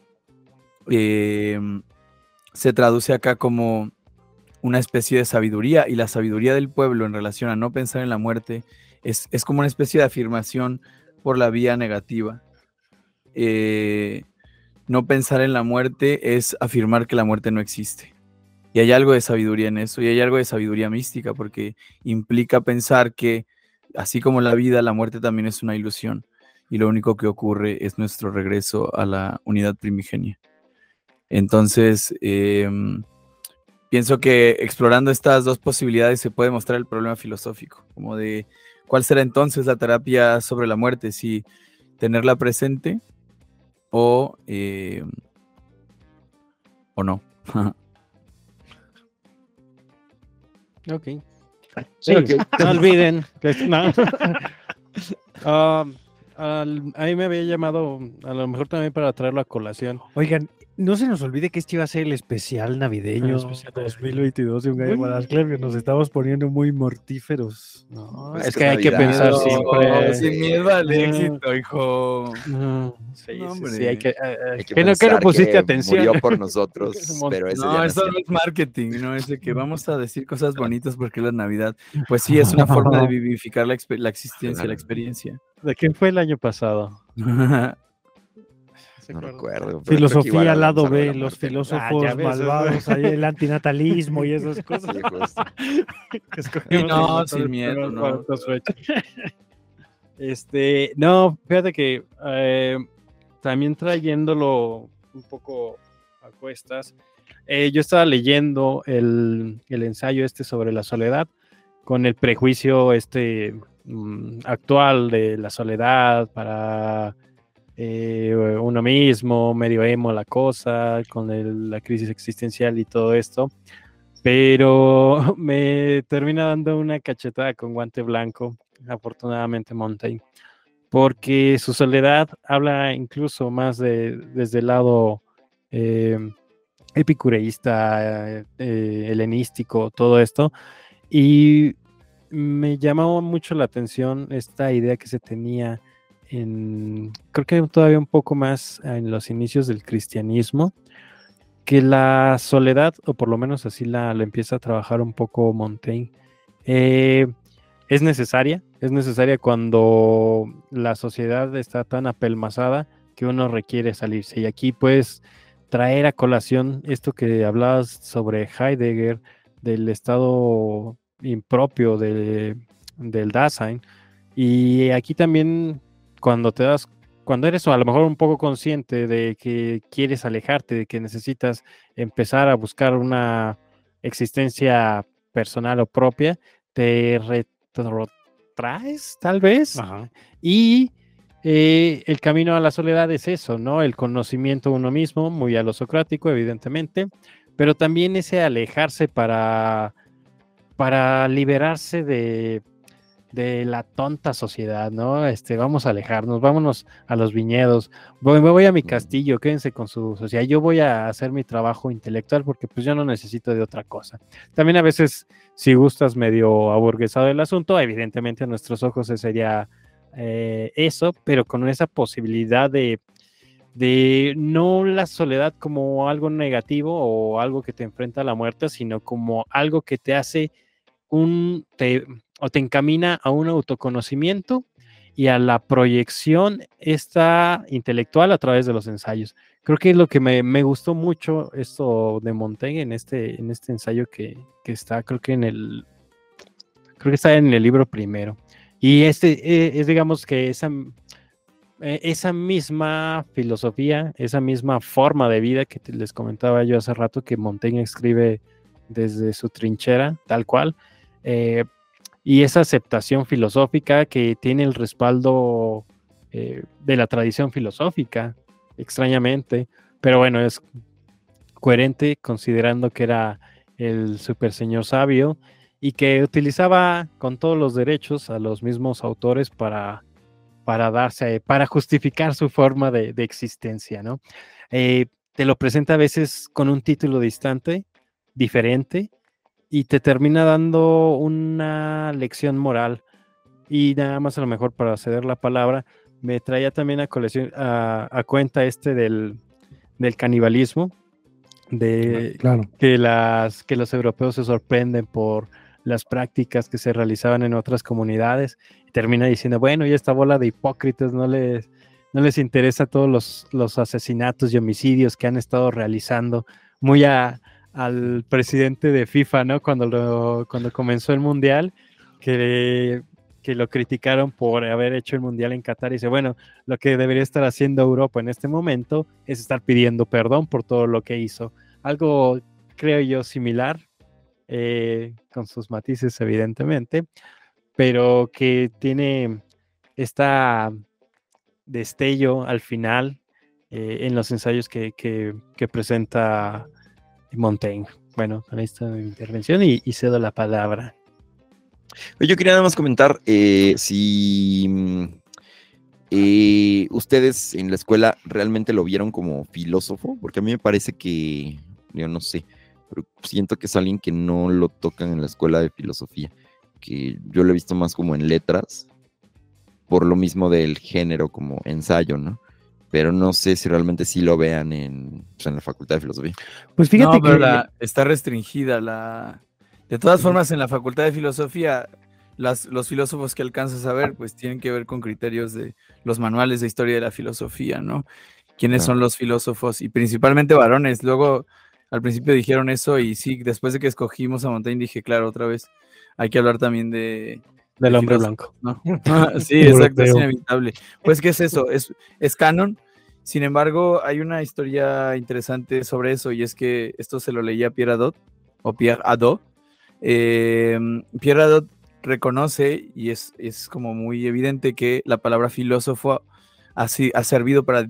eh, se traduce acá como una especie de sabiduría, y la sabiduría del pueblo en relación a no pensar en la muerte es, es como una especie de afirmación por la vía negativa. Eh, no pensar en la muerte es afirmar que la muerte no existe. Y hay algo de sabiduría en eso, y hay algo de sabiduría mística, porque implica pensar que, así como la vida, la muerte también es una ilusión, y lo único que ocurre es nuestro regreso a la unidad primigenia. Entonces, eh, pienso que explorando estas dos posibilidades se puede mostrar el problema filosófico, como de cuál será entonces la terapia sobre la muerte, si tenerla presente o, eh, o no. Ok. Sí, okay. No olviden que no. um, al, a mí me había llamado, a lo mejor también para traerlo a colación. Oigan, no se nos olvide que este iba a ser el especial navideño El especial de dos mil veintidós de Un Gallo para las Claves, que nos estamos poniendo muy mortíferos. No, Pues es que que hay que Navidad, pensar no, siempre. Sin miedo al No. éxito, hijo. No, sí, No, sí, hombre. sí, hay que, eh, eh, Hay que que no, que no pensar pusiste que atención. murió por nosotros, Mon- pero ese No, día eso nació. no es marketing, no es de que vamos a decir cosas bonitas porque es la Navidad. Pues sí, es una forma de vivificar la, exper- la existencia, la Claro. experiencia. ¿De quién fue el año pasado? No recuerdo. pero creo que igual Filosofía, hablamos lado algo de B, la los muerte, ¿no? filósofos Ah, ya ves, malvados, eso. ahí el antinatalismo y esas cosas. Sí, justo. Que escogimos Sí, no, los mejores sin miedo, temas no. para estas fechas. Este, no, fíjate que eh, también trayéndolo un poco a cuestas, eh, yo estaba leyendo el, el ensayo este sobre la soledad, con el prejuicio este mm, actual de la soledad para eh, uno mismo, medio emo la cosa, con el- la crisis existencial y todo esto, pero me termina dando una cachetada con guante blanco, afortunadamente Montaigne, porque su soledad habla incluso más de, desde el lado eh, epicureísta, eh, helenístico, todo esto, y me llamó mucho la atención esta idea que se tenía en, creo que todavía un poco más en los inicios del cristianismo, que la soledad, o por lo menos así la, la empieza a trabajar un poco Montaigne, eh, es necesaria, es necesaria cuando la sociedad está tan apelmazada que uno requiere salirse. Y aquí puedes traer a colación esto que hablabas sobre Heidegger, del estado impropio de, del Dasein. Y aquí también cuando te das, cuando eres a lo mejor un poco consciente de que quieres alejarte, de que necesitas empezar a buscar una existencia personal o propia, te retrotraes tal vez. Ajá. Y eh, el camino a la soledad es eso, ¿no? El conocimiento de uno mismo, muy a lo socrático, evidentemente, pero también ese alejarse para, para liberarse de, de la tonta sociedad, ¿no? Este, vamos a alejarnos, vámonos a los viñedos, voy, me voy a mi castillo, quédense con su sociedad, yo voy a hacer mi trabajo intelectual porque pues yo no necesito de otra cosa. También a veces, si gustas medio aburguesado el asunto, evidentemente a nuestros ojos sería eh, eso, pero con esa posibilidad de, de no la soledad como algo negativo o algo que te enfrenta a la muerte, sino como algo que te hace un, te, o te encamina a un autoconocimiento y a la proyección esta intelectual a través de los ensayos. Creo que es lo que me, me gustó mucho esto de Montaigne en este, en este ensayo que, que está, creo que en el, creo que está en el libro primero. Y este eh, es, digamos que esa, eh, esa misma filosofía, esa misma forma de vida que te, les comentaba yo hace rato, que Montaigne escribe desde su trinchera, tal cual, eh, y esa aceptación filosófica que tiene el respaldo eh, de la tradición filosófica, extrañamente, pero bueno, es coherente considerando que era el super señor sabio y que utilizaba con todos los derechos a los mismos autores para, para darse, para justificar su forma de, de existencia, ¿no? Eh, te lo presenta a veces con un título distante, diferente, y te termina dando una lección moral. Y nada más a lo mejor para ceder la palabra, me traía también a, colección, a, a cuenta este del, del canibalismo, de Claro. que, las, que los europeos se sorprenden por las prácticas que se realizaban en otras comunidades, y termina diciendo, bueno, y esta bola de hipócritas no les, no les interesa todos los, los asesinatos y homicidios que han estado realizando, muy a, al presidente de FIFA, ¿no? Cuando, lo, cuando comenzó el Mundial, que, que lo criticaron por haber hecho el Mundial en Qatar, y dice, bueno, lo que debería estar haciendo Europa en este momento es estar pidiendo perdón por todo lo que hizo. Algo, creo yo, similar, eh, con sus matices, evidentemente, pero que tiene esta destello al final eh, en los ensayos que, que, que presenta Montaigne. Bueno, con esta intervención y, y cedo la palabra. Yo quería nada más comentar eh, si Eh, ¿Ustedes en la escuela realmente lo vieron como filósofo? Porque a mí me parece que, yo no sé, pero siento que es alguien que no lo tocan en la escuela de filosofía, que yo lo he visto más como en letras, por lo mismo del género como ensayo, ¿no? Pero no sé si realmente sí lo vean en, pues, en la Facultad de Filosofía. Pues fíjate no, pero que la, está restringida la... De todas formas, en la Facultad de Filosofía, las, los filósofos que alcanzas a ver, pues tienen que ver con criterios de los manuales de historia de la filosofía, ¿no? ¿Quiénes Claro. son los filósofos? Y principalmente varones. Luego, al principio dijeron eso y sí, después de que escogimos a Montaigne, dije, claro, otra vez, hay que hablar también de... Del de hombre filósofos, blanco. ¿no? Sí, exacto, es Europeo. inevitable. Pues, ¿qué es eso? Es, es canon. Sin embargo, hay una historia interesante sobre eso, y es que esto se lo leía Pierre Hadot, o Pierre Hadot. Eh, Pierre Hadot reconoce, y es, es como muy evidente, que la palabra filósofo ha, si- ha servido para,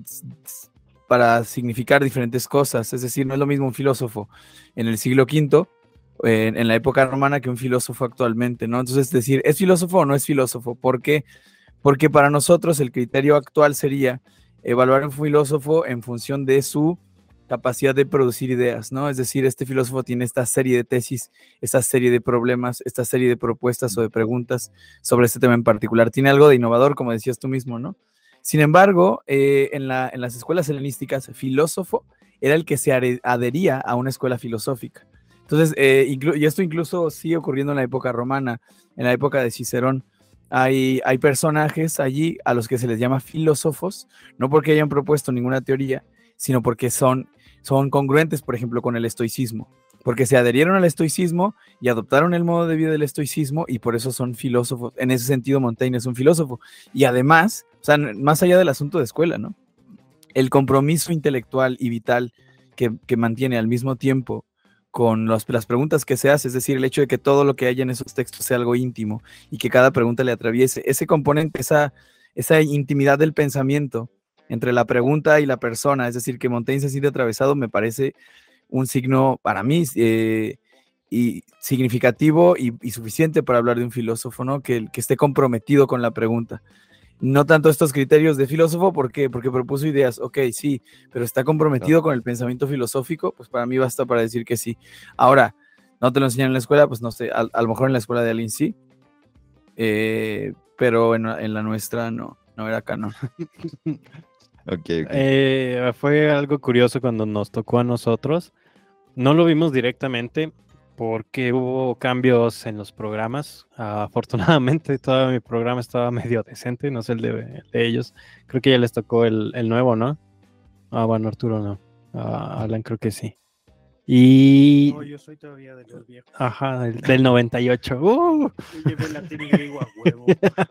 para significar diferentes cosas. Es decir, no es lo mismo un filósofo en el siglo quinto, en, en la época romana, que un filósofo actualmente, ¿no? Entonces, es decir, ¿es filósofo o no es filósofo? ¿Por qué? Porque para nosotros el criterio actual sería evaluar a un filósofo en función de su capacidad de producir ideas, ¿no? Es decir, este filósofo tiene esta serie de tesis, esta serie de problemas, esta serie de propuestas o de preguntas sobre este tema en particular. Tiene algo de innovador, como decías tú mismo, ¿no? Sin embargo, eh, en, la, en las escuelas helenísticas, filósofo era el que se adhería a una escuela filosófica. Entonces, eh, y esto incluso sigue ocurriendo en la época romana, en la época de Cicerón. Hay, hay personajes allí a los que se les llama filósofos, no porque hayan propuesto ninguna teoría, sino porque son, son congruentes, por ejemplo, con el estoicismo, porque se adherieron al estoicismo y adoptaron el modo de vida del estoicismo, y por eso son filósofos. En ese sentido, Montaigne es un filósofo. Y además, o sea, más allá del asunto de escuela, ¿no? El compromiso intelectual y vital que, que mantiene al mismo tiempo con los, las preguntas que se hace, es decir, el hecho de que todo lo que haya en esos textos sea algo íntimo y que cada pregunta le atraviese, ese componente, esa, esa intimidad del pensamiento entre la pregunta y la persona, es decir, que Montaigne se siente atravesado, me parece un signo para mí eh, y significativo y, y suficiente para hablar de un filósofo, ¿no? Que, que esté comprometido con la pregunta. No tanto estos criterios de filósofo, ¿por qué? Porque propuso ideas, ok, sí, pero está comprometido claro. con el pensamiento filosófico, pues para mí basta para decir que sí. Ahora, no te lo enseñan en la escuela, pues no sé, a, a lo mejor en la escuela de alguien sí, eh, pero en, en la nuestra no, no era canon. Okay, okay. Eh, fue algo curioso cuando nos tocó a nosotros. No lo vimos directamente porque hubo cambios en los programas. Uh, afortunadamente todo mi programa estaba medio decente, no sé el de, el de ellos. Creo que ya les tocó el, el nuevo, ¿no? Ah, bueno, Arturo no. Uh, Alan creo que sí. Y... No, yo soy todavía de los viejos. Ajá, del, del noventa y ocho. ¡Uh! Yo llevé latín y griego a huevo.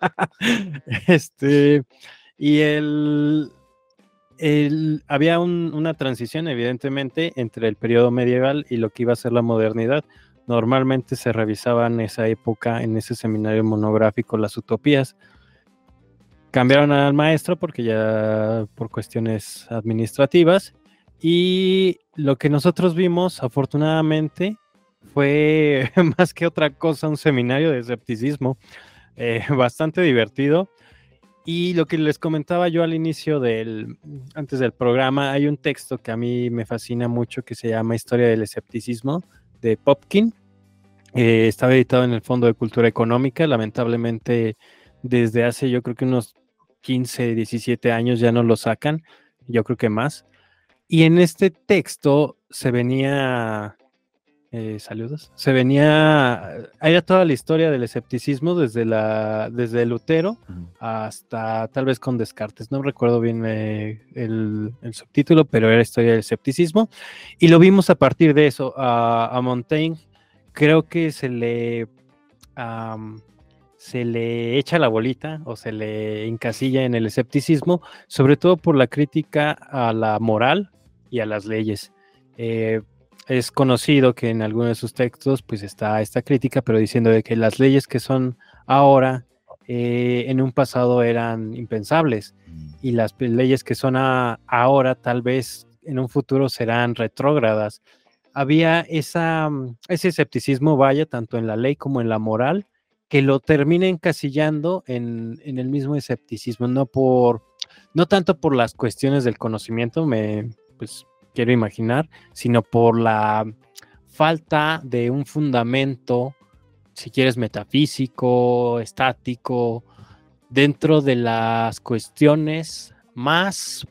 este... Y el... El, había un, una transición evidentemente entre el periodo medieval y lo que iba a ser la modernidad. Normalmente se revisaba en esa época, en ese seminario monográfico, las utopías. Cambiaron al maestro porque ya por cuestiones administrativas, y lo que nosotros vimos afortunadamente fue más que otra cosa un seminario de escepticismo eh, bastante divertido. Y lo que les comentaba yo al inicio del, antes del programa, hay un texto que a mí me fascina mucho que se llama Historia del Escepticismo, de Popkin. Eh, estaba editado en el Fondo de Cultura Económica, lamentablemente desde hace yo creo que unos quince, diecisiete años ya no lo sacan, yo creo que más. Y en este texto se venía... Eh, saludos. Se venía, era toda la historia del escepticismo desde la, desde Lutero uh-huh. hasta tal vez con Descartes. No recuerdo bien eh, el, el subtítulo, pero era historia del escepticismo. Y lo vimos a partir de eso. A, a Montaigne creo que se le, um, se le echa la bolita o se le encasilla en el escepticismo, sobre todo por la crítica a la moral y a las leyes. Eh, Es conocido que en algunos de sus textos pues está esta crítica, pero diciendo de que las leyes que son ahora eh, en un pasado eran impensables, y las leyes que son a, ahora tal vez en un futuro serán retrógradas. Había esa, ese escepticismo, vaya, tanto en la ley como en la moral, que lo termina encasillando en, en el mismo escepticismo, no por, no tanto por las cuestiones del conocimiento, me pues quiero imaginar, sino por la falta de un fundamento, si quieres, metafísico, estático, dentro de las cuestiones más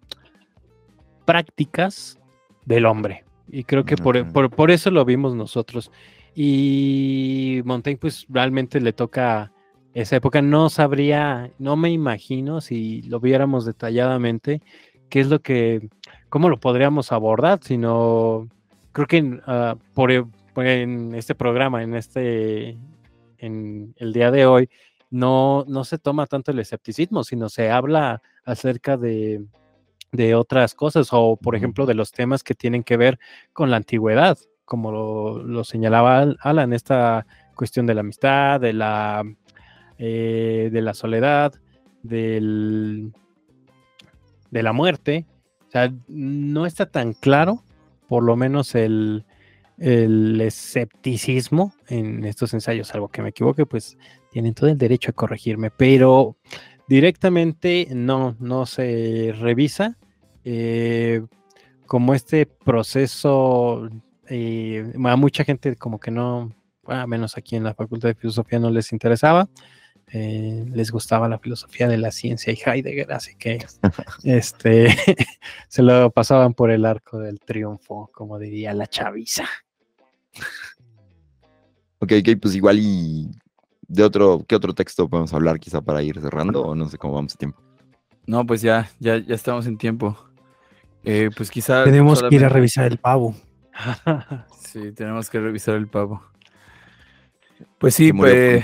prácticas del hombre. Y creo que por, por, por eso lo vimos nosotros. Y Montaigne, pues realmente le toca esa época. No sabría, no me imagino si lo viéramos detalladamente, qué es lo que, cómo lo podríamos abordar, sino creo que uh, por, por en este programa, en este, en el día de hoy, no, no se toma tanto el escepticismo, sino se habla acerca de, de otras cosas, o por ejemplo de los temas que tienen que ver con la antigüedad, como lo, lo señalaba Alan, esta cuestión de la amistad, de la, eh, de la soledad, del, de la muerte. O sea, no está tan claro, por lo menos el, el escepticismo en estos ensayos, algo que me equivoque, pues tienen todo el derecho a corregirme, pero directamente no, no se revisa eh, como este proceso. Eh, a mucha gente como que no, bueno, menos aquí en la Facultad de Filosofía no les interesaba, eh, les gustaba la filosofía de la ciencia y Heidegger, así que este se lo pasaban por el arco del triunfo, como diría la chaviza. Ok, ok, pues igual y de otro, ¿qué otro texto podemos hablar quizá para ir cerrando? O no sé cómo vamos a tiempo. No, pues ya, ya, ya estamos en tiempo. Eh, pues quizá tenemos solamente... que ir a revisar el pavo. Sí, tenemos que revisar el pavo. Pues sí, pues,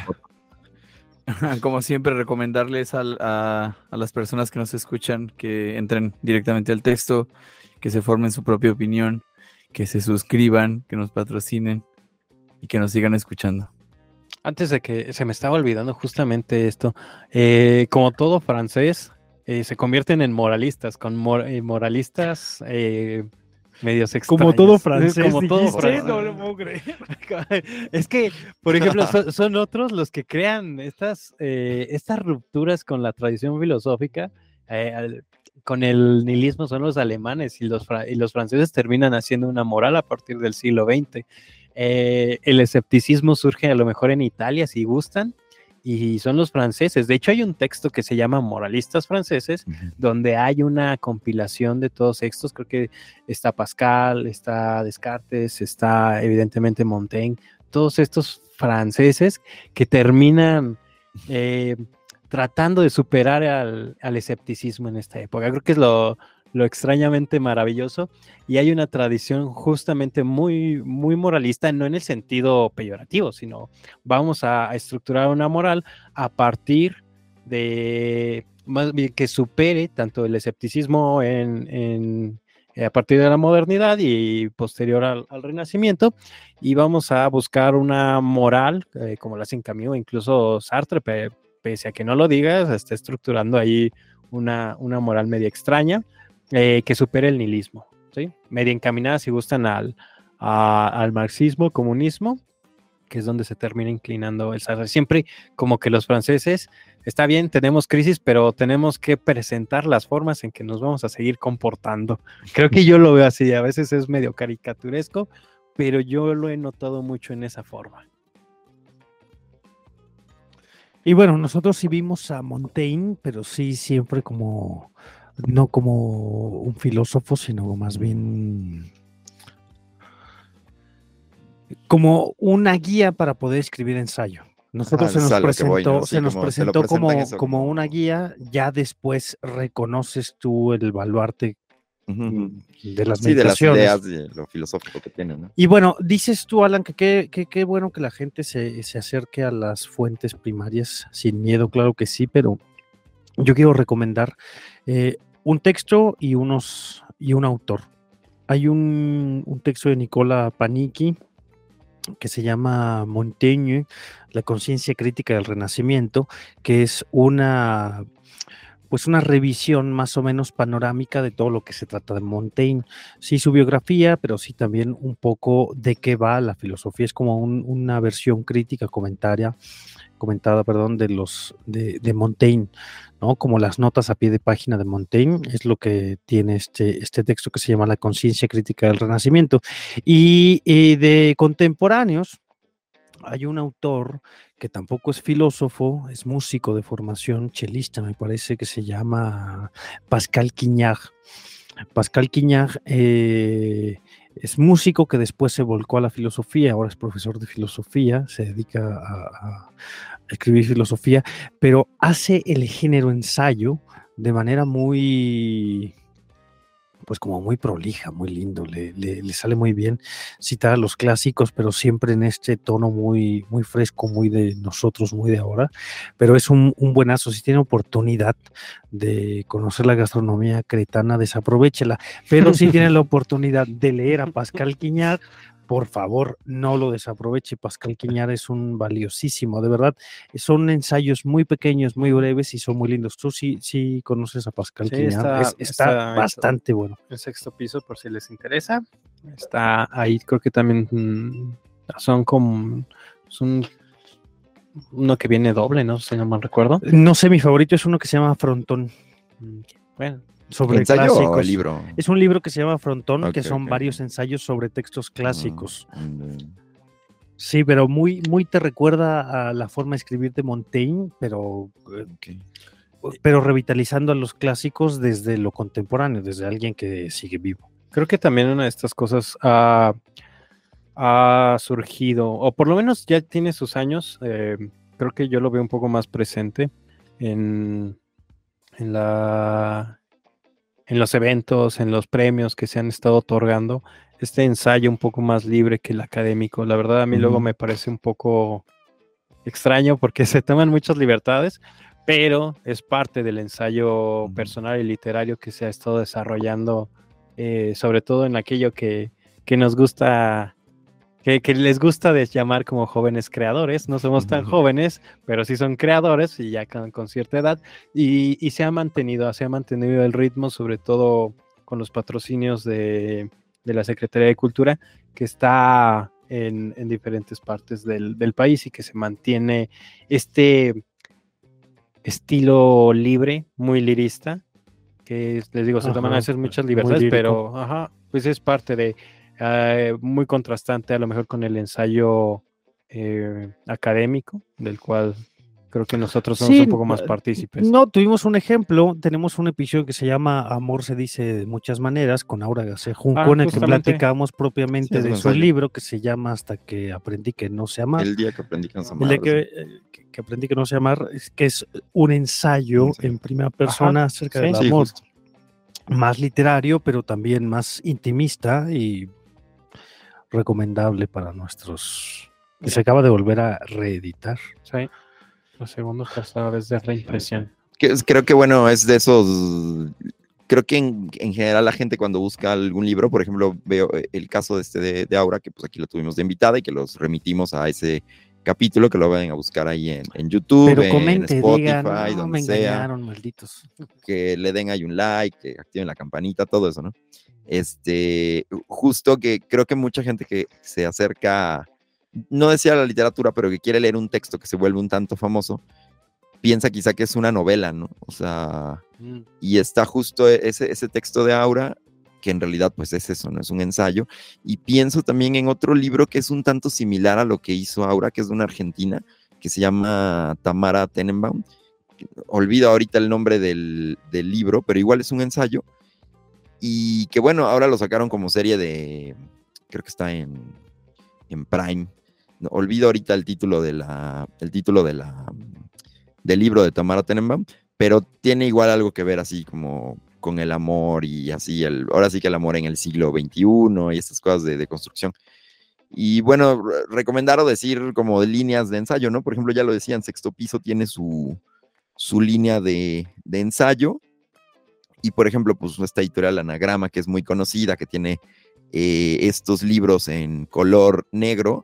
como siempre, recomendarles a, a, a las personas que nos escuchan que entren directamente al texto, que se formen su propia opinión, que se suscriban, que nos patrocinen y que nos sigan escuchando. Antes de que se me estaba olvidando justamente esto, eh, como todo francés, eh, se convierten en moralistas, con mor eh, moralistas eh, medios extraños. Como todo francés, como todo francés. No lo puedo creer. Es que, por ejemplo, son, son otros los que crean estas, eh, estas rupturas con la tradición filosófica, eh, al, con el nihilismo son los alemanes, y los, y los franceses terminan haciendo una moral a partir del siglo veinte. Eh, el escepticismo surge a lo mejor en Italia, si gustan, y son los franceses. De hecho, hay un texto que se llama Moralistas Franceses, uh-huh. donde hay una compilación de todos estos. Creo que está Pascal, está Descartes, está evidentemente Montaigne, todos estos franceses que terminan eh, tratando de superar al, al escepticismo en esta época. Creo que es lo, lo extrañamente maravilloso, y hay una tradición justamente muy, muy moralista, no en el sentido peyorativo, sino vamos a, a estructurar una moral a partir de, más bien, que supere tanto el escepticismo en, en, a partir de la modernidad y posterior al, al Renacimiento, y vamos a buscar una moral, eh, como la hacen Camus, incluso Sartre, pe, pese a que no lo digas, está estructurando ahí una, una moral media extraña, Eh, que supere el nihilismo, ¿sí? Media encaminada, si gustan, al, a, al marxismo, comunismo, que es donde se termina inclinando el Sartre. Siempre como que los franceses, está bien, tenemos crisis, pero tenemos que presentar las formas en que nos vamos a seguir comportando. Creo que yo lo veo así, a veces es medio caricaturesco, pero yo lo he notado mucho en esa forma. Y bueno, nosotros sí vimos a Montaigne, pero sí siempre como... no como un filósofo, sino más bien como una guía para poder escribir ensayo. Nosotros ah, se nos presentó, voy, ¿no? Sí, se nos como presentó como, eso, como, como una guía, ya después reconoces tú el baluarte uh-huh. de las sí, meditaciones. De las ideas, de lo filosófico que tiene, ¿no? Y bueno, dices tú, Alan, que qué que, que bueno que la gente se, se acerque a las fuentes primarias sin miedo, claro que sí, pero yo quiero recomendar eh, un texto y, unos, y un autor. Hay un, un texto de Nicola Panicchi que se llama Montaigne, la conciencia crítica del Renacimiento, que es una, pues una revisión más o menos panorámica de todo lo que se trata de Montaigne. Sí, su biografía, pero sí también un poco de qué va la filosofía. Es como un, una versión crítica, comentaria, comentada, perdón, de los de, de Montaigne, ¿no? Como las notas a pie de página de Montaigne, es lo que tiene este, este texto que se llama La conciencia crítica del Renacimiento. Y, y de contemporáneos, hay un autor que tampoco es filósofo, es músico de formación, chelista, me parece, que se llama Pascal Quignard. Pascal Quignard eh, es músico que después se volcó a la filosofía, ahora es profesor de filosofía, se dedica a, a escribir filosofía, pero hace el género ensayo de manera muy, pues como muy prolija, muy lindo, le, le, le sale muy bien citar a los clásicos, pero siempre en este tono muy, muy fresco, muy de nosotros, muy de ahora, pero es un, un buenazo. Si tiene oportunidad de conocer la gastronomía cretana, desaprovéchela, pero si tiene la oportunidad de leer a Pascal Quignard, por favor, no lo desaproveche. Pascal Quignard es un valiosísimo, de verdad. Son ensayos muy pequeños, muy breves y son muy lindos. Tú sí, sí conoces a Pascal Sí, Quignard. está, Es- está, está- bastante bueno. El sexto piso, por si les interesa. Está ahí, creo que también mm, son como. Son uno que viene doble, ¿no? Si no mal recuerdo. No sé, mi favorito es uno que se llama Frontón, Mm, Bueno, sobre ¿Ensayo o clásicos. libro? Es un libro que se llama Frontón, que Ok, son ok, varios ok. ensayos sobre textos clásicos. Mm, Sí, pero muy, muy te recuerda a la forma de escribir de Montaigne, pero, eh, ok. pero revitalizando a los clásicos desde lo contemporáneo, desde alguien que sigue vivo. creo que también una de estas cosas ha, ha surgido, o por lo menos ya tiene sus años. eh, creo que yo lo veo un poco más presente en, en la. en los eventos, en los premios que se han estado otorgando, este ensayo un poco más libre que el académico. La verdad, a mí luego Ujú. me parece un poco extraño porque se toman muchas libertades, pero es parte del ensayo Ujú. personal y literario que se ha estado desarrollando, eh, sobre todo en aquello que, que nos gusta, que, que les gusta de llamar como jóvenes creadores. No somos tan Ujú. jóvenes, pero sí son creadores y ya con, con cierta edad. Y, y se ha mantenido, se ha mantenido el ritmo, sobre todo con los patrocinios de, de la Secretaría de Cultura, que está en, en diferentes partes del, del país y que se mantiene este estilo libre, muy lirista, que es- les digo, se toman a Ajá, veces muchas muy libertades, lírico. pero ajá, pues es parte de, eh, muy contrastante a lo mejor con el ensayo eh, académico, del cual creo que nosotros somos Sí, un poco más eh, partícipes. No, tuvimos un ejemplo, tenemos un episodio que se llama Amor se dice de muchas maneras, con Aura García Junco, Ah, en el que justamente. platicamos Sí, propiamente es un de su ensayo. libro que se llama Hasta que aprendí que no sé amar. El día que aprendí que no se El día amaba, que, sí. eh, que- que aprendí que no sé amar, es que es un ensayo Un ensayo. en primera persona acerca sí. del Sí, amor, justo. más literario, pero también más intimista y recomendable para nuestros... que se acaba de volver a reeditar. Sí, la segunda o tercera vez de reimpresión. Que es- creo que bueno, es de esos. Creo que en, en general la gente cuando busca algún libro, por ejemplo, veo eh, el caso de este de, de Aura, que pues aquí lo tuvimos de invitada y que los remitimos a ese capítulo, que lo vayan a buscar ahí en, en YouTube, Pero en comente, Spotify, digan, no, donde me sea, engañaron, malditos. que le den ahí un like, que activen la campanita, todo eso, ¿no? Este, justo que creo que mucha gente que se acerca, no decía la literatura, pero que quiere leer un texto que se vuelve un tanto famoso, piensa quizá que es una novela, ¿no? O sea, Mm. y está justo ese, ese texto de Aura, que en realidad pues es eso, ¿no? Es un ensayo. Y pienso también en otro libro que es un tanto similar a lo que hizo Aura, que es de una argentina, que se llama Tamara Tenenbaum. Olvido ahorita el nombre del, del libro, pero igual es un ensayo. Y que bueno, ahora lo sacaron como serie de, creo que está en, en Prime. No, olvido ahorita el título de la, el título de la, del libro de Tamara Tenenbaum, pero tiene igual algo que ver así como con el amor y así, el, ahora sí que el amor en el siglo veintiuno y estas cosas de, de construcción. Y bueno, re- recomendar o decir como de líneas de ensayo, ¿no? Por ejemplo, ya lo decían, Sexto Piso tiene su, su línea de, de ensayo. Y por ejemplo, pues esta editorial Anagrama, que es muy conocida, que tiene eh, estos libros en color negro,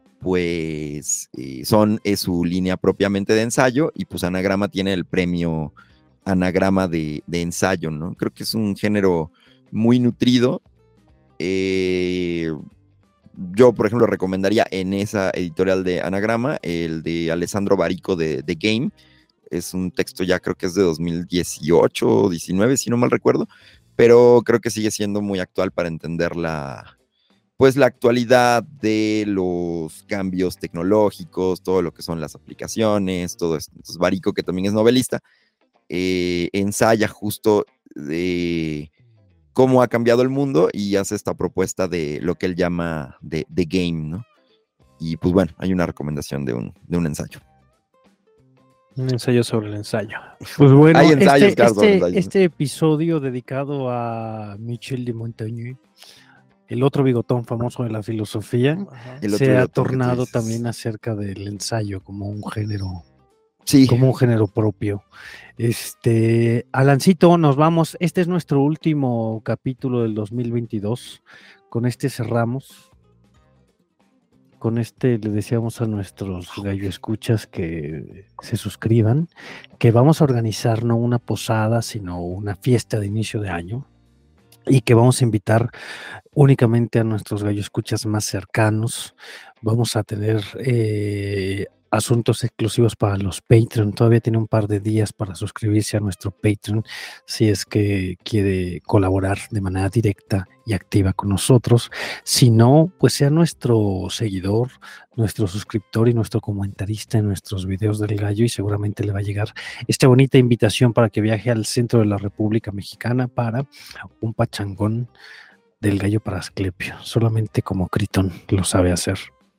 pues eh, son, es su línea propiamente de ensayo, y pues Anagrama tiene el premio Anagrama de, de ensayo, ¿no? Creo que es un género muy nutrido, eh, yo, por ejemplo, recomendaría en esa editorial de Anagrama el de Alessandro Barico de The Game. Es un texto ya creo que es de dos mil dieciocho o diecinueve, si no mal recuerdo, pero creo que sigue siendo muy actual para entender la, pues, la actualidad de los cambios tecnológicos, todo lo que son las aplicaciones, todo esto. Entonces, Barico, que también es novelista, eh, ensaya justo de cómo ha cambiado el mundo y hace esta propuesta de lo que él llama de, de game, ¿no? Y pues bueno, hay una recomendación de un, de un ensayo. Un ensayo sobre el ensayo. Pues bueno, hay ensayos, este, claro, este, ensayos, ¿no? este episodio dedicado a Michel de Montaigne, el otro bigotón famoso de la filosofía, El otro se ha bigotón que tú tornado dices. también acerca del ensayo como un género, Sí, como un género propio. Este, Alancito, nos vamos. Este es nuestro último capítulo del dos mil veintidós. Con este cerramos. Con este le decíamos a nuestros gallo escuchas que se suscriban, que vamos a organizar no una posada, sino una fiesta de inicio de año, y que vamos a invitar únicamente a nuestros gallo escuchas más cercanos. Vamos a tener eh, asuntos exclusivos para los Patreon. Todavía tiene un par de días para suscribirse a nuestro Patreon si es que quiere colaborar de manera directa y activa con nosotros. Si no, pues sea nuestro seguidor, nuestro suscriptor y nuestro comentarista en nuestros videos del gallo, y seguramente le va a llegar esta bonita invitación para que viaje al centro de la República Mexicana para un pachangón del gallo para Asclepio. Solamente como Critón lo sabe hacer.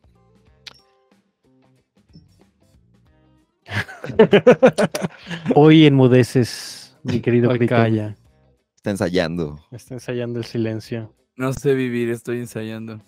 Hoy enmudeces, mi querido Hoy Critón. calla. está ensayando. Está ensayando el silencio. No sé vivir, estoy ensayando.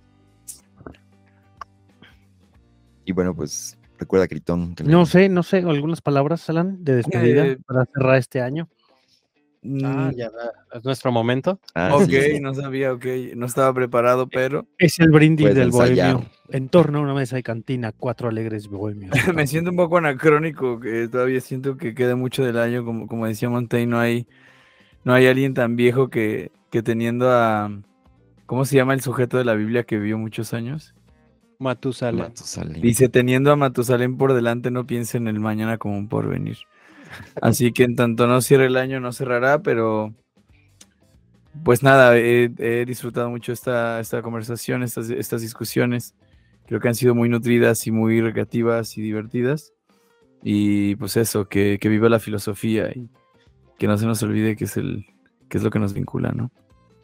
Y bueno, pues recuerda, Critón. Que le- No sé, no sé, algunas palabras, Alan, de despedida Eh, para cerrar este año. Ah, Mm, ya es nuestro momento. Ah, ok, sí, sí. no sabía, ok. No estaba preparado, pero Es el brindis Puedes del ensayar. bohemio. En torno a una mesa de cantina, cuatro alegres bohemios. me siento un poco anacrónico, que todavía siento que queda mucho del año, como, como decía Montaigne, no hay, no hay alguien tan viejo que, que teniendo a, ¿cómo se llama el sujeto de la Biblia que vivió muchos años? Matusalén. Matusalén. Dice, teniendo a Matusalén por delante, no piense en el mañana como un porvenir. Así que en tanto no cierre el año, no cerrará, pero pues nada, he, he disfrutado mucho esta, esta conversación, estas, estas discusiones. Creo que han sido muy nutridas y muy recreativas y divertidas. Y pues eso, que, que viva la filosofía y que no se nos olvide que es, el, que es lo que nos vincula, ¿no?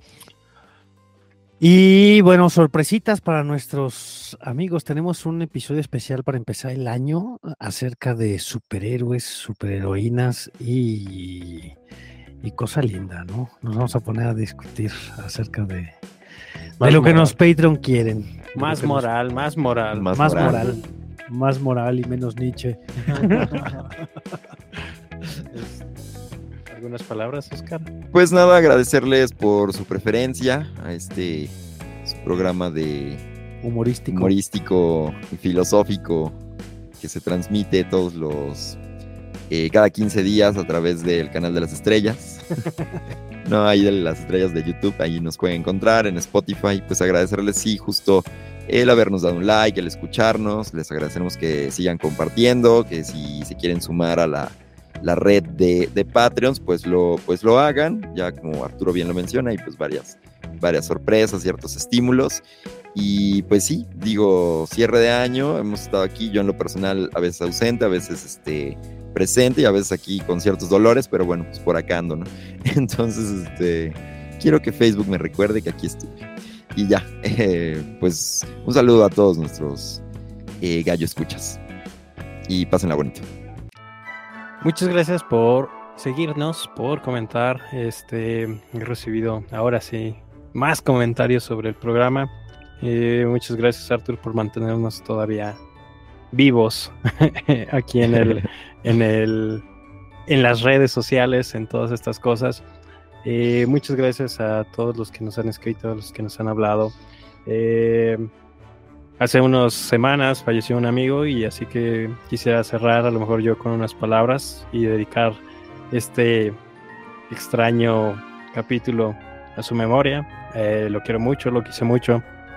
Y bueno, sorpresitas para nuestros amigos. Tenemos un episodio especial para empezar el año acerca de superhéroes, superheroínas y, y cosa linda, ¿no? Nos vamos a poner a discutir acerca de, de Más lo que moral. nos Patreon quieren. de lo Más que nos- moral, más moral. Más más moral. moral. Más moral y menos Nietzsche. ¿Algunas palabras, Oscar? Pues nada, agradecerles por su preferencia a este su programa de Humorístico. humorístico y filosófico que se transmite todos los eh, cada quince días a través del canal de las estrellas. No, ahí de las estrellas de YouTube, ahí nos pueden encontrar en Spotify. Pues agradecerles, sí, justo el habernos dado un like, el escucharnos. Les agradecemos que sigan compartiendo, que si se quieren sumar a la, la red de, de Patreons, pues lo, pues lo hagan, ya como Arturo bien lo menciona, y pues varias, varias sorpresas, ciertos estímulos. Y pues sí, digo, cierre de año, hemos estado aquí, yo en lo personal a veces ausente, a veces este, presente y a veces aquí con ciertos dolores, pero bueno, pues por acá ando, ¿no? Entonces, este, quiero que Facebook me recuerde que aquí estuve. Y ya, eh, pues un saludo a todos nuestros eh, gallo escuchas. Y pásenla bonito. Muchas gracias por seguirnos, por comentar. Este, he recibido ahora sí más comentarios sobre el programa. Eh, muchas gracias, Arthur, por mantenernos todavía vivos aquí en el, en el, en las redes sociales, en todas estas cosas. Eh, muchas gracias a todos los que nos han escrito, a los que nos han hablado. Eh, hace unas semanas falleció un amigo y así que quisiera cerrar a lo mejor yo con unas palabras y dedicar este extraño capítulo a su memoria. Eh, lo quiero mucho, lo quise mucho.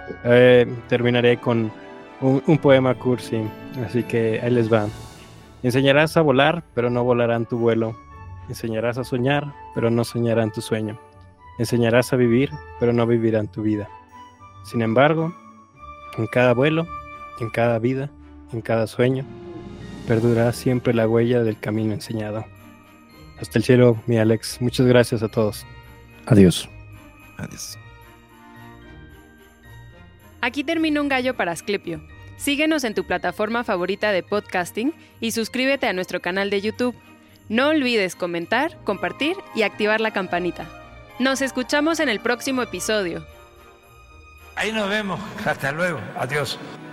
Eh, terminaré con un, un poema cursi, así que ahí les va. Enseñarás a volar, pero no volarán tu vuelo. Enseñarás a soñar, pero no soñarán tu sueño. Enseñarás a vivir, pero no vivirán tu vida. Sin embargo, en cada vuelo, en cada vida, en cada sueño, perdurará siempre la huella del camino enseñado. Hasta el cielo, mi Alex. Muchas gracias a todos. Adiós. Adiós. Aquí termina Un Gallo para Asclepio. Síguenos en tu plataforma favorita de podcasting y suscríbete a nuestro canal de YouTube. No olvides comentar, compartir y activar la campanita. Nos escuchamos en el próximo episodio. Ahí nos vemos. Hasta luego. Adiós.